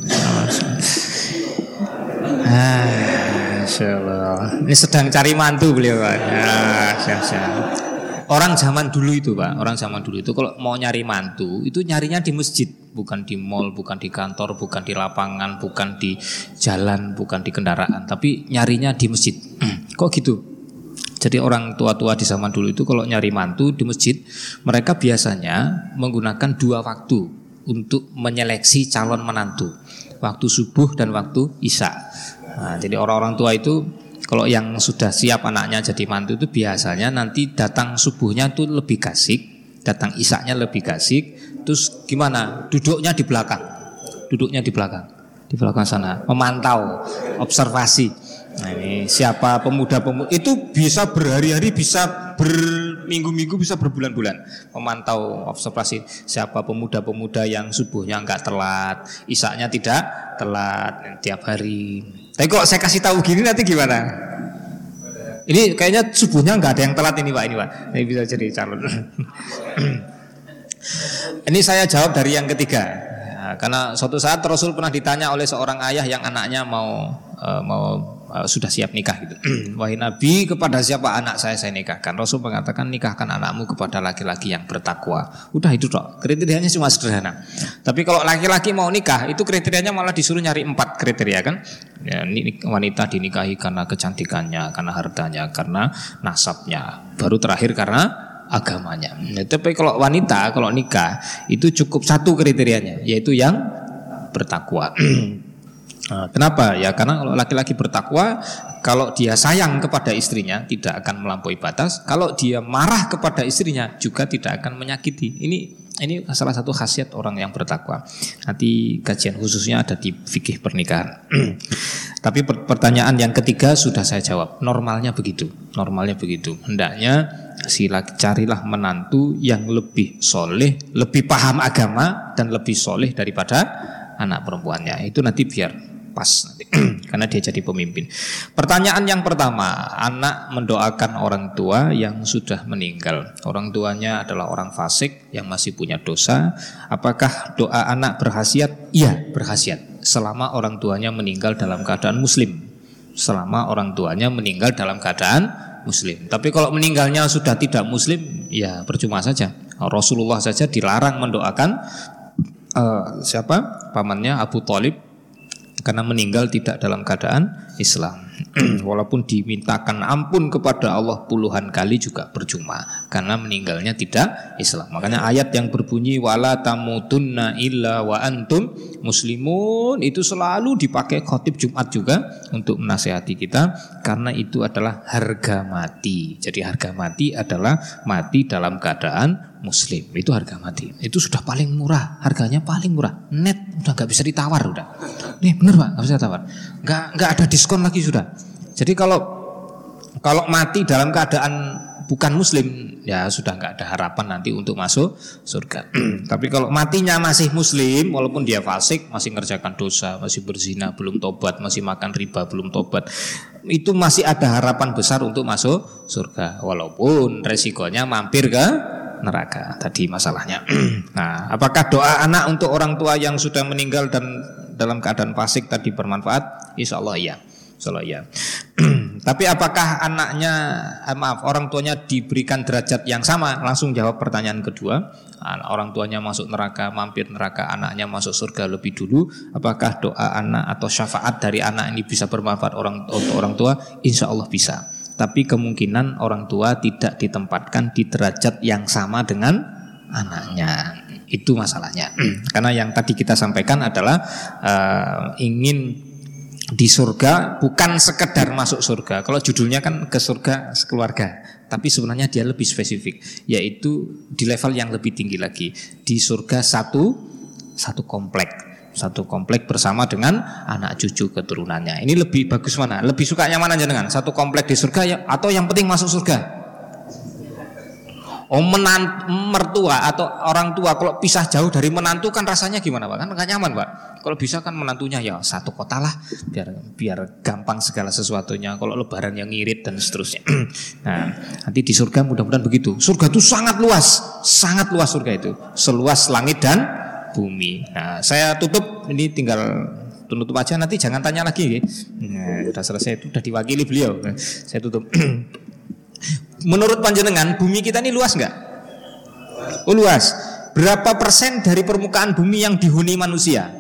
Ah, masya Allah. Ini sedang cari mantu beliau Pak. Ah, siap-siap. Orang zaman dulu itu Pak, orang zaman dulu itu kalau mau nyari mantu itu nyarinya di masjid, bukan di mall, bukan di kantor, bukan di lapangan, bukan di jalan, bukan di kendaraan, tapi nyarinya di masjid. Kok gitu? Jadi orang tua-tua di zaman dulu itu kalau nyari mantu di masjid, mereka biasanya menggunakan dua waktu untuk menyeleksi calon menantu, waktu subuh dan waktu isya. Nah, jadi orang-orang tua itu kalau yang sudah siap anaknya jadi mantu itu biasanya nanti datang subuhnya tuh lebih kasik, datang isaknya lebih kasik. Terus gimana? Duduknya di belakang, duduknya di belakang, di belakang sana, memantau, observasi. Nah ini siapa pemuda-pemuda itu bisa berhari-hari, bisa berminggu-minggu, bisa berbulan-bulan memantau, observasi siapa pemuda-pemuda yang subuhnya enggak telat, isaknya tidak telat tiap hari. Tapi kok saya kasih tahu gini nanti gimana? Ini kayaknya subuhnya enggak ada yang telat ini Pak, ini Pak. Ini bisa jadi calon. Ini saya jawab dari yang ketiga. Ya, karena suatu saat Rasul pernah ditanya oleh seorang ayah yang anaknya mau uh, mau uh, sudah siap nikah gitu. Wahai Nabi, kepada siapa anak saya saya nikahkan? Rasul mengatakan nikahkan anakmu kepada laki-laki yang bertakwa. Udah itu toh, kriterianya cuma sederhana. Tapi kalau laki-laki mau nikah itu kriterianya malah disuruh nyari empat kriteria kan? Ya, wanita dinikahi karena kecantikannya, karena hartanya, karena nasabnya. Baru terakhir karena agamanya. Nah, tapi kalau wanita kalau nikah itu cukup satu kriterianya, yaitu yang bertakwa. Nah, kenapa? Ya karena kalau laki-laki bertakwa, kalau dia sayang kepada istrinya tidak akan melampaui batas. Kalau dia marah kepada istrinya juga tidak akan menyakiti. Ini ini salah satu khasiat orang yang bertakwa. Nanti kajian khususnya ada di fikih pernikahan. Tapi pertanyaan yang ketiga sudah saya jawab. Normalnya begitu. Normalnya begitu. Hendaknya sila carilah menantu yang lebih soleh, lebih paham agama dan lebih soleh daripada anak perempuannya. Itu nanti biar pas nanti. Karena dia jadi pemimpin. Pertanyaan yang pertama, anak mendoakan orang tua yang sudah meninggal. Orang tuanya adalah orang fasik yang masih punya dosa. Apakah doa anak berkhasiat? Iya, berkhasiat. Selama orang tuanya meninggal dalam keadaan muslim. Selama orang tuanya meninggal dalam keadaan muslim. Tapi kalau meninggalnya sudah tidak muslim, ya percuma saja. Rasulullah saja dilarang mendoakan uh, siapa? Pamannya Abu Thalib karena meninggal tidak dalam keadaan Islam. Walaupun dimintakan ampun kepada Allah puluhan kali juga percuma karena meninggalnya tidak Islam. Makanya ayat yang berbunyi wala tamutunna illa wa antum muslimun itu selalu dipakai khotib Jumat juga untuk menasihati kita karena itu adalah harga mati. Jadi harga mati adalah mati dalam keadaan muslim. Itu harga mati. Itu sudah paling murah, harganya paling murah. Net udah nggak bisa ditawar udah. Nih bener Pak, nggak bisa ditawar. Nggak nggak ada diskon lagi sudah. Jadi kalau kalau mati dalam keadaan bukan muslim, ya sudah nggak ada harapan nanti untuk masuk surga. Tapi kalau matinya masih muslim, walaupun dia fasik, masih ngerjakan dosa, masih berzina, belum tobat, masih makan riba, belum tobat, itu masih ada harapan besar untuk masuk surga. Walaupun resikonya mampir ke neraka tadi masalahnya. Nah, apakah doa anak untuk orang tua yang sudah meninggal dan dalam keadaan fasik tadi bermanfaat? Insya Allah iya. Insya Allah iya. Tapi apakah anaknya, eh, maaf, orang tuanya diberikan derajat yang sama? Langsung jawab pertanyaan kedua. Orang tuanya masuk neraka, mampir neraka, anaknya masuk surga lebih dulu. Apakah doa anak atau syafaat dari anak ini bisa bermanfaat orang untuk orang tua? Insya Allah bisa. Tapi kemungkinan orang tua tidak ditempatkan di derajat yang sama dengan anaknya. Itu masalahnya. Karena yang tadi kita sampaikan adalah uh, ingin di surga bukan sekedar masuk surga. Kalau judulnya kan ke surga sekeluarga, tapi sebenarnya dia lebih spesifik, yaitu di level yang lebih tinggi lagi. Di surga satu satu komplek, satu komplek bersama dengan anak cucu keturunannya. Ini lebih bagus mana? Lebih sukanya mana jenengan? Satu komplek di surga ya, atau yang penting masuk surga? Oh, menantu, mertua atau orang tua kalau pisah jauh dari menantu kan rasanya gimana Pak? Kan nggak nyaman Pak. Kalau bisa kan menantunya ya satu kota lah, biar biar gampang segala sesuatunya. Kalau lebaran yang ngirit dan seterusnya. Nah, nanti di surga mudah-mudahan begitu. Surga itu sangat luas, sangat luas surga itu, seluas langit dan bumi. Nah, saya tutup ini tinggal tutup aja, nanti jangan tanya lagi. Nah, sudah selesai, itu sudah diwakili beliau. Saya tutup. Menurut panjenengan bumi kita ini luas enggak? Oh luas. Berapa persen dari permukaan bumi yang dihuni manusia?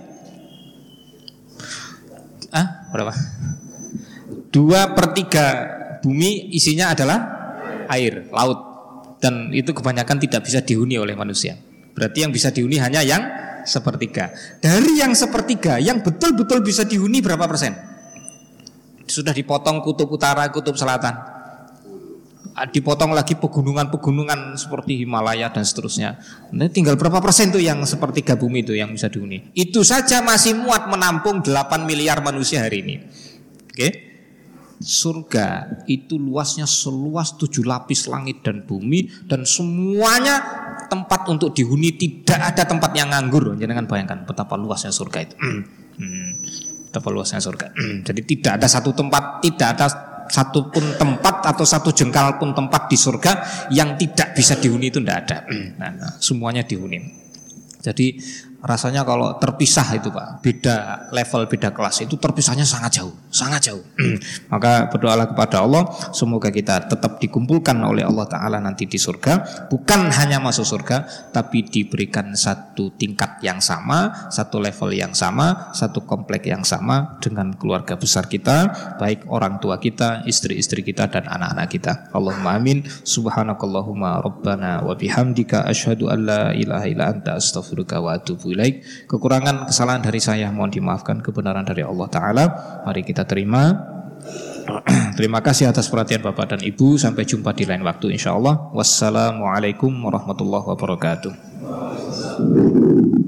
Ah, berapa? Dua per tiga bumi isinya adalah air, laut. Dan itu kebanyakan tidak bisa dihuni oleh manusia. Berarti yang bisa dihuni hanya yang sepertiga. Dari yang sepertiga, yang betul-betul bisa dihuni berapa persen? Sudah dipotong kutub utara, kutub selatan, dipotong lagi pegunungan-pegunungan seperti Himalaya dan seterusnya. Nah, tinggal berapa persen tuh yang sepertiga bumi itu yang bisa dihuni. Itu saja masih muat menampung delapan miliar manusia hari ini. Oke. Surga itu luasnya seluas tujuh lapis langit dan bumi, dan semuanya tempat untuk dihuni, tidak ada tempat yang nganggur. Jangan bayangkan betapa luasnya surga itu. Hmm. Betapa luasnya surga. Jadi tidak ada satu tempat, tidak ada satu pun tempat atau satu jengkal pun tempat di surga yang tidak bisa dihuni, itu tidak ada. Nah, nah, semuanya dihuni. Jadi rasanya kalau terpisah itu Pak, beda level, beda kelas itu terpisahnya sangat jauh, sangat jauh. Maka berdoalah kepada Allah semoga kita tetap dikumpulkan oleh Allah Ta'ala nanti di surga, bukan hanya masuk surga tapi diberikan satu tingkat yang sama, satu level yang sama, satu komplek yang sama dengan keluarga besar kita, baik orang tua kita, istri-istri kita dan anak-anak kita. Allahumma amin. Subhanakallahumma rabbana wa bihamdika asyhadu an la ilaha illa anta astaghfiruka wa atubu ilaik. Kekurangan kesalahan dari saya mohon dimaafkan, kebenaran dari Allah Ta'ala mari kita terima. Terima kasih atas perhatian Bapak dan Ibu. Sampai jumpa di lain waktu insyaallah. Wassalamualaikum warahmatullahi wabarakatuh.